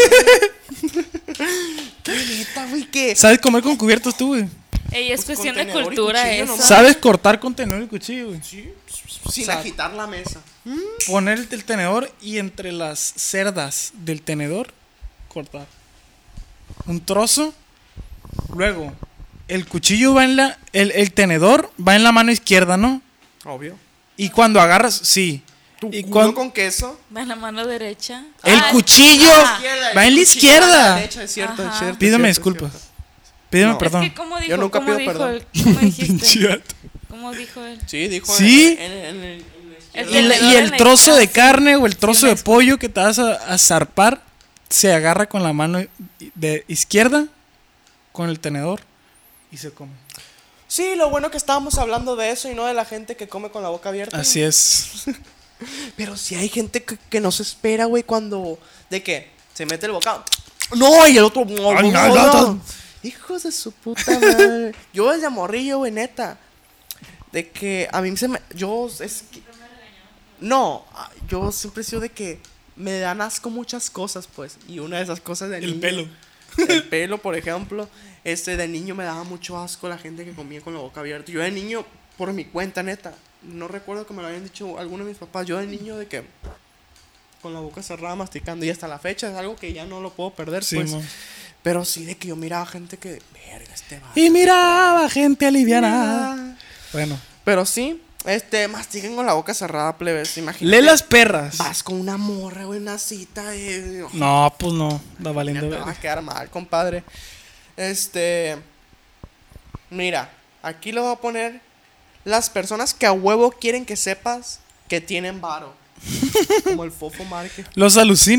Qué neta, güey, que... ¿Sabes comer con cubiertos tú, güey? Ey, es Pues, cuestión con de tenedor y cultura cuchillo eso. nomás. ¿Sabes cortar con tenedor y cuchillo, güey? Sí, sin Sabe. agitar la mesa. Poner el, el tenedor y entre las cerdas del tenedor cortar un trozo. Luego, el cuchillo va en la. El, el tenedor va en la mano izquierda, ¿no? Obvio. Y cuando agarras, sí. Tu Y culo cuan- con queso. Va en la mano derecha. El Ah, cuchillo ah, va en la El cuchillo va a izquierda. derecha, es cierto, es Ajá. cierto, es Pídeme cierto, es disculpas. cierto. Pídeme No. perdón. Es que, ¿cómo dijo? Yo nunca ¿Cómo pido dijo perdón. él? ¿Cómo dijiste? Chivato. ¿Cómo dijo él? Sí, dijo. Sí. En, en- en el- en la El izquierda. Y, la- y tenedor en el la trozo de izquierda, sí. carne o el trozo me de pollo que te vas a, a zarpar se agarra con la mano de izquierda con el tenedor y se come. Sí, lo bueno que estábamos hablando de eso y no de la gente que come con la boca abierta. Así es. Pero sí hay gente que, que no se espera, güey, cuando... ¿De qué? Se mete el bocado. ¡No! Y el otro... ¡No, Ay, no, no, no! no, no. Hijos de su puta madre. Yo desde morrillo, güey, neta. De que a mí se me... Yo... Es que, no, yo siempre he sido de que me dan asco muchas cosas, pues. Y una de esas cosas de El niño- pelo. El pelo, por ejemplo. Este, de niño me daba mucho asco la gente que comía con la boca abierta. Yo de niño, por mi cuenta, neta. No recuerdo que me lo habían dicho alguno de mis papás. Yo de niño de que con la boca cerrada masticando. Y hasta la fecha es algo que ya no lo puedo perder, Sí, pues. mo. Pero sí de que yo miraba gente que... Verga, este va. Y miraba gente alivianada. Bueno. Pero sí, este, mastiquen con la boca cerrada, plebes. Imagínate. Lee las perras. Vas con una morra, güey, una cita. Y, No, pues no. Da ya valiendo te vas verga. a quedar mal, compadre. Este. Mira, aquí lo voy a poner. Las personas que a huevo quieren que sepas que tienen varo. Como el Fofo Márquez. Los alucines.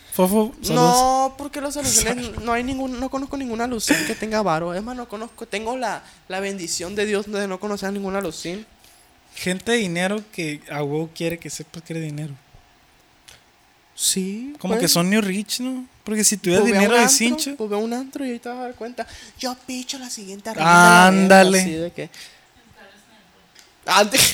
Fofo, saludos. No, porque los alucines, no hay ningún, no conozco ningún alucín que tenga varo. Es más, no conozco, tengo la, la bendición de Dios de no conocer a ningún alucín. Gente de dinero que a huevo quiere que sepas que eres dinero. Sí. Como pues, que son new rich, ¿no? Porque si tuvieras pues ve a dinero un de antro, cincho. Pues ve a un antro y ahí te vas a dar cuenta. Yo picho la siguiente ronda. la Ándale. verga, así de que... Antes.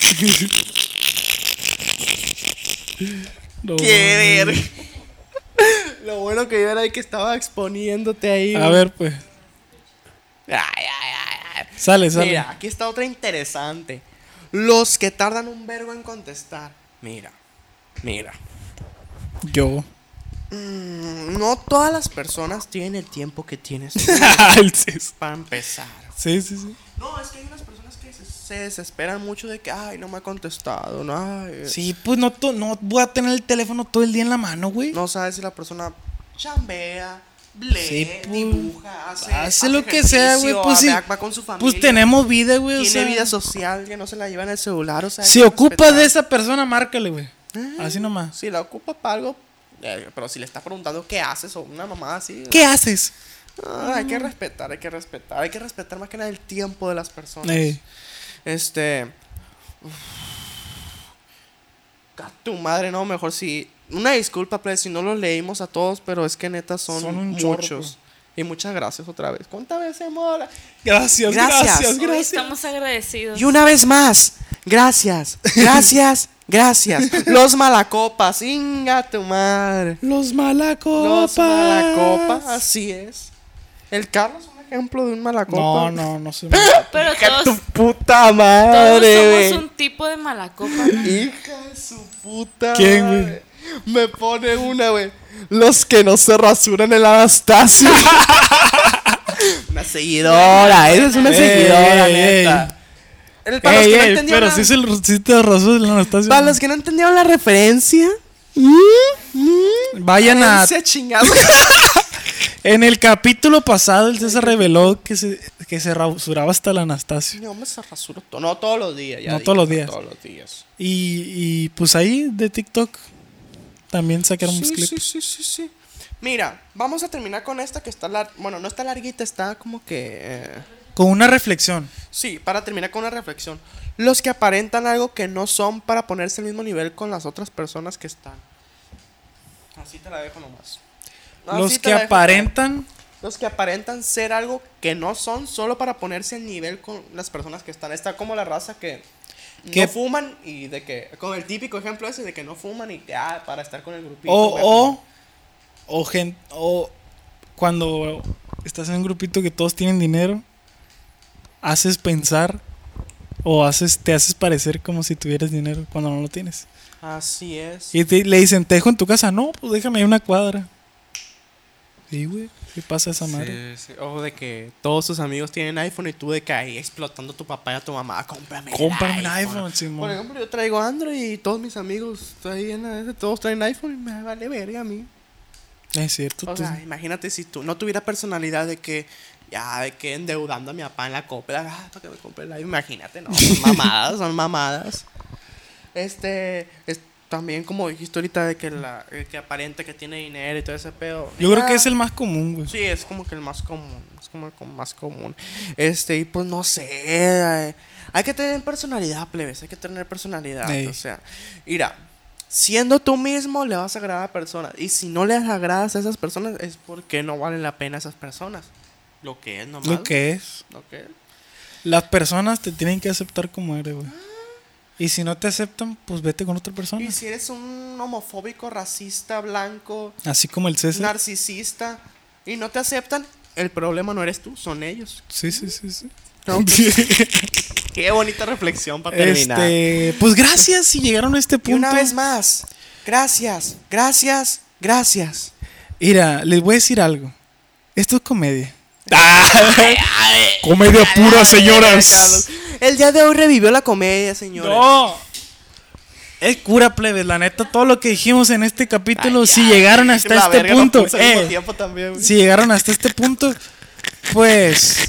No, Qué ver. Lo bueno que yo era el que estaba exponiéndote ahí. A güey. ver, pues. Ay, ay, ay, ay. Sale, sale. Mira, aquí está otra interesante. Los que tardan un vergo en contestar. Mira, mira. Yo. Mm, no todas las personas tienen el tiempo que tienes tú, El cis. para empezar. Sí, sí, sí. No, es que hay unas personas que se, se desesperan mucho de que, ay, no me ha contestado. No, ay, Sí, pues no, to- no voy a tener el teléfono todo el día en la mano, güey. no sabes si la persona chambea, lee, Sí, pues, dibuja, hace, hace lo que sea, güey, ejercicio, pues sí. va, va con su familia. Pues tenemos vida, güey. O Tiene sea, vida social que no se la lleva en el celular, o sea. hay si que ocupas respetar. de esa persona, márcale, güey. Ah, Así nomás. Si la ocupa para algo, eh, pero si le estás preguntando qué haces o una mamá así. ¿Qué haces? ah, hay que respetar, hay que respetar, hay que respetar más que nada el tiempo de las personas. Ey. Este. uf. A tu madre, no, mejor si. Una disculpa, pues, si no los leímos a todos, pero es que neta son, Son un chorro, muchos. Y muchas gracias otra vez. ¿Cuántas veces, mola? Gracias, Gracias. gracias, Hoy gracias. estamos agradecidos. Y una vez más, gracias, gracias, gracias. Los malacopas, inga tu madre. Los malacopas. Los malacopas, así es. El Carlos es un ejemplo de un malacopa. No, no, no sé. Pero Hija de tu todos, puta todos madre, güey. somos un tipo de malacopa, ¿no? Hija de su puta ¿Quién, madre. güey? Me pone una, güey. Los que no se rasuran el Anastasio. Una seguidora, esa es una Ey, seguidora, ey, neta. El- Para los Ey, que no ey, entendieron pero la- si, se, el- si te rozó el Anastasio. Para los que no entendieron la referencia. Vayan a. Se chingado. En el capítulo pasado, el César reveló que se, que se rasuraba hasta el Anastasio. No me se rasuro todo. No todos los días. Ya No dije, todos los días. Todos los días. Y, y pues ahí de TikTok también sacaron unos Sí, clips. sí, sí, sí, sí. Mira, vamos a terminar con esta que está lar- bueno, no está larguita, está como que eh, Con una reflexión. sí, para terminar con una reflexión. Los que aparentan algo que no son para ponerse al mismo nivel con las otras personas que están. Así te la dejo nomás. Así Los te que la dejo aparentan. Los que aparentan ser algo que no son solo para ponerse al nivel con las personas que están. Está como la raza que Que- no fuman y de que, con el típico ejemplo ese de que no fuman y que, ah, para estar con el grupito. O, voy a o, fumar. o, gen- o cuando estás en un grupito que todos tienen dinero, haces pensar o haces, te haces parecer como si tuvieras dinero cuando no lo tienes. Así es. Y te- le dicen, ¿te dejo en tu casa? No, pues déjame ahí una cuadra. Sí, güey, ¿qué pasa esa madre? Sí, sí. O de que todos tus amigos tienen iPhone y tú de que ahí explotando a tu papá y a tu mamá, cómprame el Cómprame un iPhone, Simón. Por ejemplo, yo traigo Android y todos mis amigos ahí en la- todos traen iPhone y me vale verga a mí. Es cierto. O tú- sea, imagínate si tú no tuvieras personalidad de que ya de que endeudando a mi papá en la copla, ah, para que me compre el iPhone. Imagínate, no, son mamadas, son mamadas. Este, es también como dijiste ahorita de que la el que aparenta que tiene dinero y todo ese pedo. Yo creo Ya. que es el más común, güey. Sí, es como que el más común. Es como el com- más común. Este, y pues no sé. eh, Hay que tener personalidad, plebes. Hay que tener personalidad. Ey. O sea, mira, siendo tú mismo le vas a agradar a personas. Y si no les agradas a esas personas, es porque no valen la pena esas personas. Lo que es nomás. Lo que es. Lo que es. Las personas te tienen que aceptar como eres, güey. Y si no te aceptan, pues vete con otra persona. Y si eres un homofóbico, racista, blanco, Así como el César. narcisista, y no te aceptan, el problema no eres tú, son ellos. Sí, sí, sí, sí. No, pues, qué bonita reflexión para terminar. Este, pues gracias si llegaron a este Y punto. una vez más, gracias, gracias, gracias. Mira, les voy a decir algo. Esto es comedia. Comedia pura, señoras. El día de hoy revivió la comedia, señores. No. Es cura, plebes. La neta, todo lo que dijimos en este capítulo, Ay, si ya, llegaron hasta la este verga, lo punto, puse al mismo eh, tiempo también, güey. si llegaron hasta este punto, pues,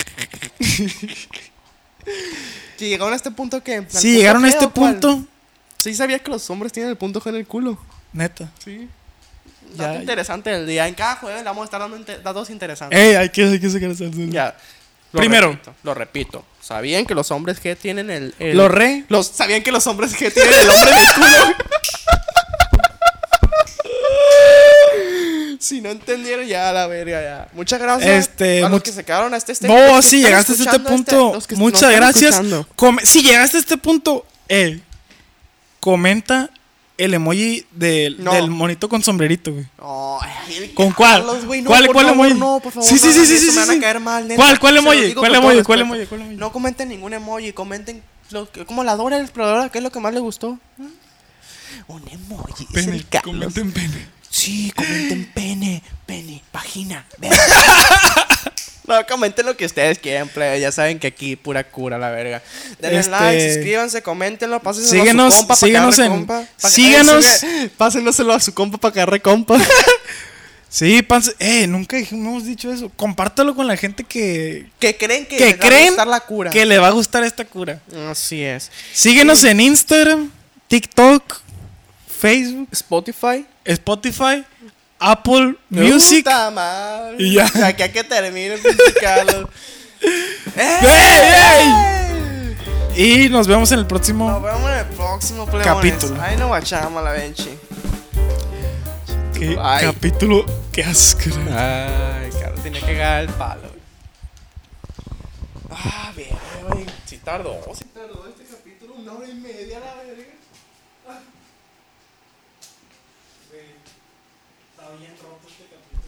Si llegaron a este punto, ¿qué? ¿Al si punto llegaron a G este o cuál? punto, Sí sabías que los hombres tienen el punto G en el culo. neta, Sí. Dato Ya. interesante del día. En cada jueves le vamos a estar dando inter- datos interesantes. Ey, hay que, hay que sacar esa. Ya. Lo Primero. repito, lo repito. ¿Sabían que los hombres G tienen el. el- Los re. Los, ¿Sabían que los hombres G tienen el hombre del culo? Si no entendieron, ya a la verga, ya. Muchas gracias Este, a los much- que se quedaron hasta este No, los que si están llegaste hasta este escuchando punto, los que nos muchas están gracias. escuchando. Come- si llegaste a este punto, eh, comenta el emoji del, No. del monito con sombrerito, güey. Ay, el ¿Con cuál? Carlos, güey, no, ¿Cuál- por cuál favor, emoji? No, por favor, Sí, sí, no sí, hagan sí, eso, sí, me van sí. a caer mal, neta. ¿Cuál- cuál Se los emoji? digo ¿Cuál con todo emoji? ¿Cuál respeto. emoji? ¿Cuál emoji? No comenten ningún emoji, comenten lo que, como la Dora la Exploradora, ¿qué es lo que más les gustó? ¿Mm? Un emoji, dice Pene, el Carlos. comenten pene. Sí, comenten pene, pene, vagina, verga. No, comenten lo que ustedes quieran, plebe. Ya saben que aquí pura cura, la verga. Denle Este- like, suscríbanse, coméntenlo, pásenselo Síguenos- a su compa síguenos para que en- agarre compa. Pa' que- síguenos- eh, sigue- Pásenselo a su compa para que agarre compa. Sí, panse. Eh, nunca dijimos- hemos dicho eso. Compártalo con la gente que, Que creen que, que les va a creen gustar la cura. que le va a gustar esta cura. Así es. Síguenos en Instagram, TikTok, Facebook, Spotify. Spotify, Apple Music. Puta madre. Y ya. De aquí a que termine, pinche Carlos. ¡Ey, Y nos vemos en el próximo. Nos vemos en el próximo plebones. Capítulo. Ahí nos guachamos la benchi. ¿Qué Ay. capítulo? Qué asco. Ay, Carlos, tenía que ganar el palo. Ah, bien, güey. Si tardó, si tardó este capítulo una hora y media, la verga. Está bien roto este capítulo.